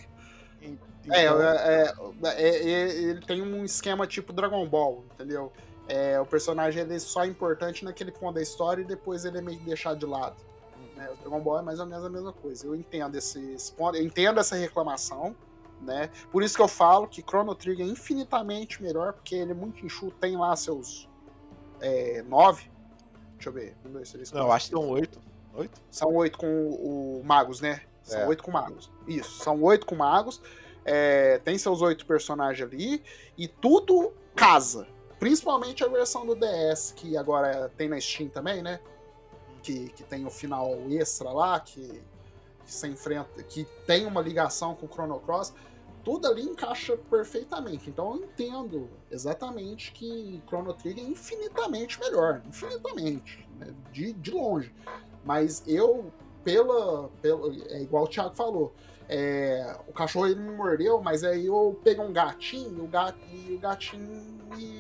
é, é, é, é, ele tem um esquema tipo Dragon Ball, entendeu? É, o personagem ele é só importante naquele ponto da história e depois ele é meio deixado de lado. Né? O Dragon Ball é mais ou menos a mesma coisa. Eu entendo esse, esse ponto, eu entendo essa reclamação, né? Por isso que eu falo que Chrono Trigger é infinitamente melhor, porque ele é muito enxuto, tem lá seus é, nove. Deixa eu ver. Um, dois, três, quatro, Não, acho que são oito. Oito? São oito com o, o Magos, né? São é. oito com Magos. Isso, são oito com Magos. É, tem seus oito personagens ali e tudo casa. Principalmente a versão do D S, que agora tem na Steam também, né? Que, que tem o final extra lá, que, que se enfrenta, que tem uma ligação com o Chrono Cross, tudo ali encaixa perfeitamente. Então eu entendo exatamente que Chrono Trigger é infinitamente melhor, infinitamente, né? de, de longe. Mas eu, pela, pela, é igual o Thiago falou, é, o cachorro ele me mordeu, mas aí eu peguei um gatinho, o gato, e o gatinho me,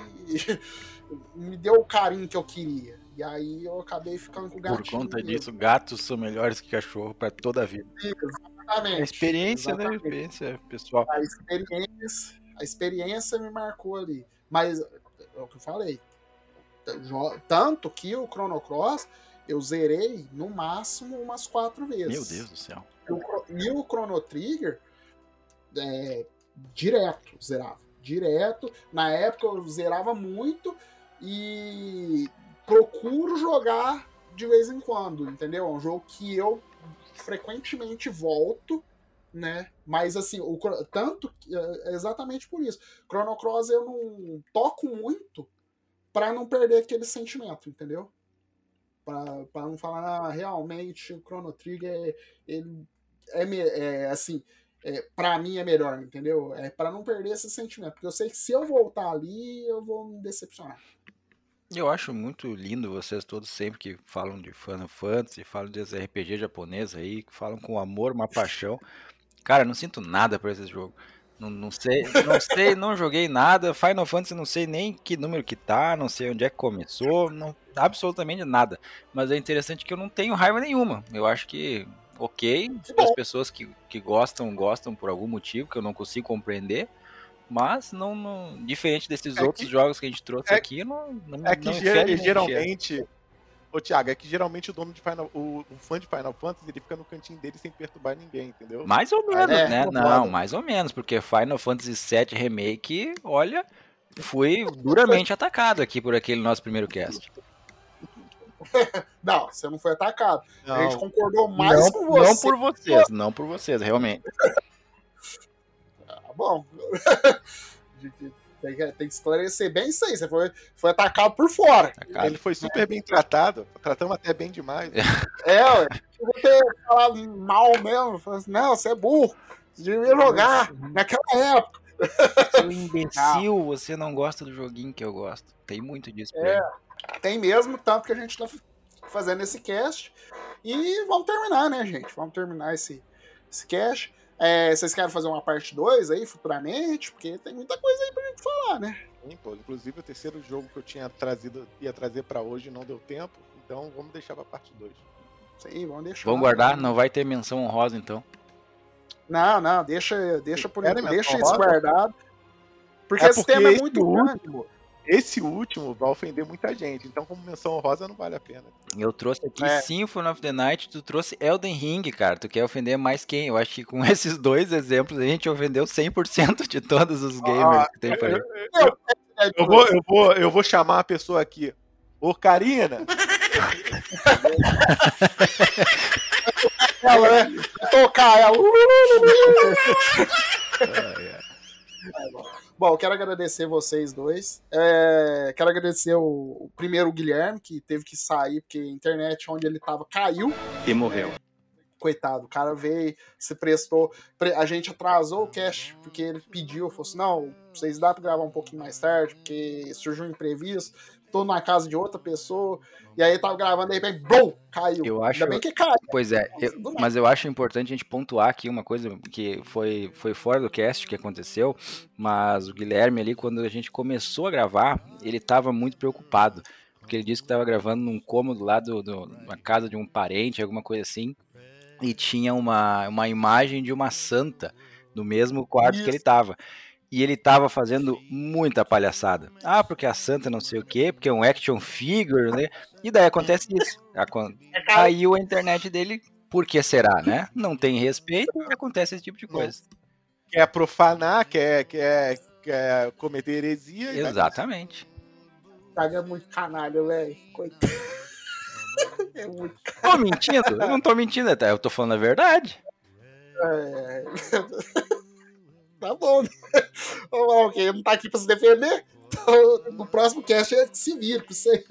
me deu o carinho que eu queria. E aí eu acabei ficando com o gatinho. Por conta disso, gatos são melhores que cachorro para toda a vida. Exatamente. A experiência, exatamente. né? A experiência pessoal. A experiência, a experiência me marcou ali. Mas é o que eu falei. Tanto que o Chrono Cross eu zerei no máximo umas quatro vezes. Meu Deus do céu. E o Chrono Trigger é, direto zerava. Direto. Na época eu zerava muito e procuro jogar de vez em quando, entendeu? É um jogo que eu frequentemente volto, né? Mas assim, o, tanto é exatamente por isso. Chrono Cross eu não toco muito pra não perder aquele sentimento, entendeu? Pra, pra não falar, ah, realmente o Chrono Trigger ele é, é assim, é, pra mim é melhor, entendeu? É pra não perder esse sentimento, porque eu sei que se eu voltar ali, eu vou me decepcionar. Eu acho muito lindo vocês todos sempre que falam de Final Fantasy, falam desse R P G japonês aí, que falam com amor, uma paixão. Cara, eu não sinto nada por esse jogo. Não, não sei, não sei, não joguei nada. Final Fantasy não sei nem que número que tá, não sei onde é que começou, não, absolutamente nada. Mas é interessante que eu não tenho raiva nenhuma. Eu acho que, ok, as pessoas que, que gostam, gostam por algum motivo que eu não consigo compreender. Mas, não, não diferente desses É outros que- jogos que a gente trouxe é- aqui, não, não, É que não ge- fede nem cheira. geralmente. Ô, Thiago, é que geralmente o dono de Final. O, o fã de Final Fantasy, ele fica no cantinho dele sem perturbar ninguém, entendeu? Mais ou menos, É, né? incomoda. Não, mais ou menos, porque Final Fantasy sete Remake, olha, fui duramente atacado aqui por aquele nosso primeiro cast. Não, você não foi atacado. A gente Não, concordou mais não, com você. não por vocês, não por vocês, realmente. Tá bom. Tem que, tem que esclarecer bem isso aí. Você foi, foi atacado por fora. Atacado. ele foi super bem tratado. Tratamos até bem demais. É, ué. Eu vou ter falado mal mesmo. Falei assim, não, você é burro. Você devia jogar naquela época. Seu imbecil, você não gosta do joguinho que eu gosto. Tem muito disso por É. aí. Tem mesmo, tanto que a gente tá fazendo esse cast. E vamos terminar, né, gente? Vamos terminar esse, esse cast. É, vocês querem fazer uma parte dois aí futuramente? Porque tem muita coisa aí pra gente falar, né? Sim, pô. Inclusive, o terceiro jogo que eu tinha trazido, ia trazer pra hoje não deu tempo. Então, vamos deixar pra parte dois. Isso aí, vamos deixar. Vamos guardar? Não vai ter menção honrosa, então. Não, não, deixa, deixa por Querem enquanto. Deixa menção isso rosa? guardado. Porque É esse porque tema é esse muito último- grande. Esse último vai ofender muita gente. Então, como menção rosa, não vale a pena. Eu trouxe aqui É. Symphony of the Night, tu trouxe Elden Ring, cara. Tu quer ofender mais quem? Eu acho que com esses dois exemplos a gente ofendeu cem por cento de todos os gamers Ah, que tem por aí. Eu vou, eu vou, eu vou chamar uma pessoa aqui. Ô, Karina! Ela, né? Tocar ela. Bom, eu quero agradecer vocês dois. É, quero agradecer o, o primeiro o Guilherme, que teve que sair, porque a internet onde ele tava caiu. E morreu. Coitado, o cara veio, se prestou. pre- A gente atrasou o cast, porque ele pediu, falou assim: não, vocês dá pra gravar um pouquinho mais tarde, porque surgiu um imprevisto. Tô na casa de outra pessoa. E aí tava gravando, de repente, blum, caiu. Eu acho- Ainda bem que caiu. Pois é, eu- Do nada. mas eu acho importante a gente pontuar aqui uma coisa que foi, foi fora do cast que aconteceu, mas o Guilherme ali, quando a gente começou a gravar, ele estava muito preocupado, porque ele disse que estava gravando num cômodo lá do, do, na casa de um parente, alguma coisa assim, e tinha uma, uma imagem de uma santa no mesmo quarto que ele Isso. estava. E ele tava fazendo muita palhaçada. Ah, porque a santa não sei o quê, porque é um action figure, né? E daí acontece isso. Acon- Caiu a internet dele, por que será, né? Não tem respeito e acontece esse tipo de coisa. Quer profanar, quer, quer, quer cometer heresia. e vai- Exatamente. Thiago é muito canalha, velho. Coitado. É muito Tô mentindo? Eu não tô mentindo, tá? Eu tô falando a verdade. É... Tá bom, né? Ok, não tá aqui pra se defender. Então, no próximo cast é que se vira com isso aí.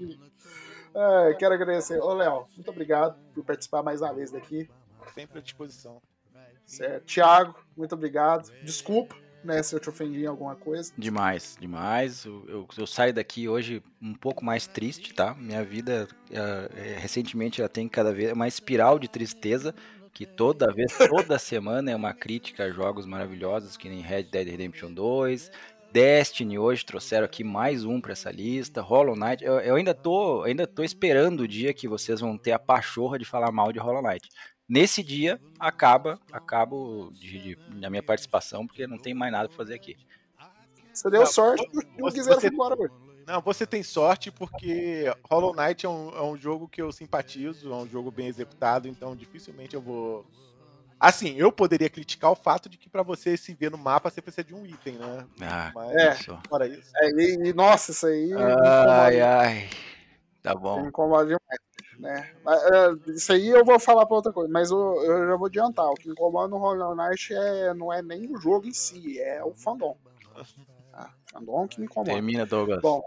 É, quero agradecer. Ô, Léo, muito obrigado por participar mais uma vez daqui. Sempre à disposição. Certo. Thiago, muito obrigado. Desculpa, né, se eu te ofendi em alguma coisa. Demais, demais. Eu, eu, eu saio daqui hoje um pouco mais triste, tá? Minha vida, é, é, recentemente, ela tem cada vez uma espiral de tristeza, que toda vez, toda semana é uma crítica a jogos maravilhosos, que nem Red Dead Redemption dois, Destiny, hoje trouxeram aqui mais um pra essa lista, Hollow Knight. Eu, eu ainda tô, ainda tô esperando o dia que vocês vão ter a pachorra de falar mal de Hollow Knight. Nesse dia, acaba, acabo de, de, da minha participação, porque não tem mais nada pra fazer aqui. Você deu Não, sorte e o você- Guizero você- foi embora hoje. Não, você tem sorte porque Hollow Knight é um, é um jogo que eu simpatizo, é um jogo bem executado, então dificilmente eu vou... Assim, eu poderia criticar o fato de que pra você se ver no mapa você precisa de um item, né? Ah, Mas, É. só. fora isso... É, e, e, nossa, isso aí me Ai, incomoda, ai. Tá me bom. incomoda demais. Né? Mas, é, isso aí eu vou falar pra outra coisa, mas eu, eu já vou adiantar. O que incomoda no Hollow Knight é, não é nem o jogo em si, é o fandom. Tá? Fandom que me incomoda. Termina, Douglas. Bom,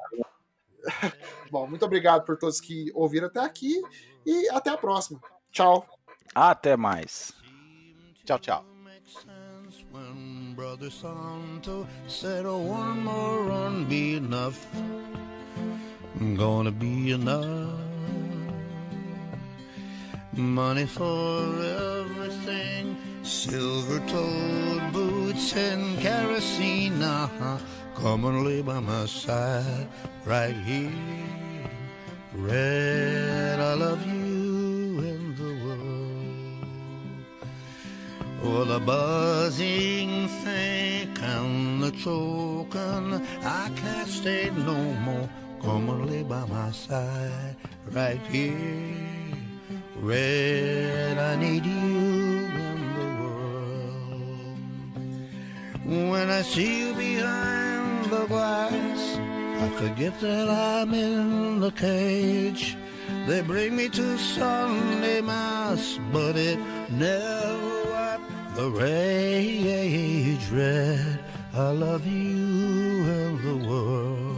bom, muito obrigado por todos que ouviram até aqui e até a próxima. Tchau. Até mais. Tchau, tchau. When Brother Santo said, oh, one more run be enough, gonna be enough. Money for everything, silver-toed boots and kerosene. Uh-huh. Come and lay by my side right here. Red, I love you in the world. Oh, the The buzzing, think, and the choking, I can't stay no more. Come and lay by my side, right here. Red, I need you in the world. When I see you behind the glass, I forget that I'm in the cage. They bring me to Sunday Mass, but it never wiped the rage. Red, I love you and the world.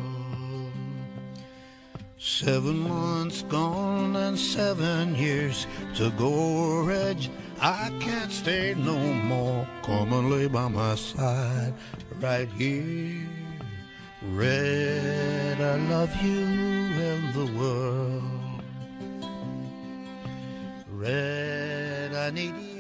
Seven months gone and seven years to go, Reg. I can't stay no more. Come and lay by my side right here. Red, I love you and the world. Red, I need you.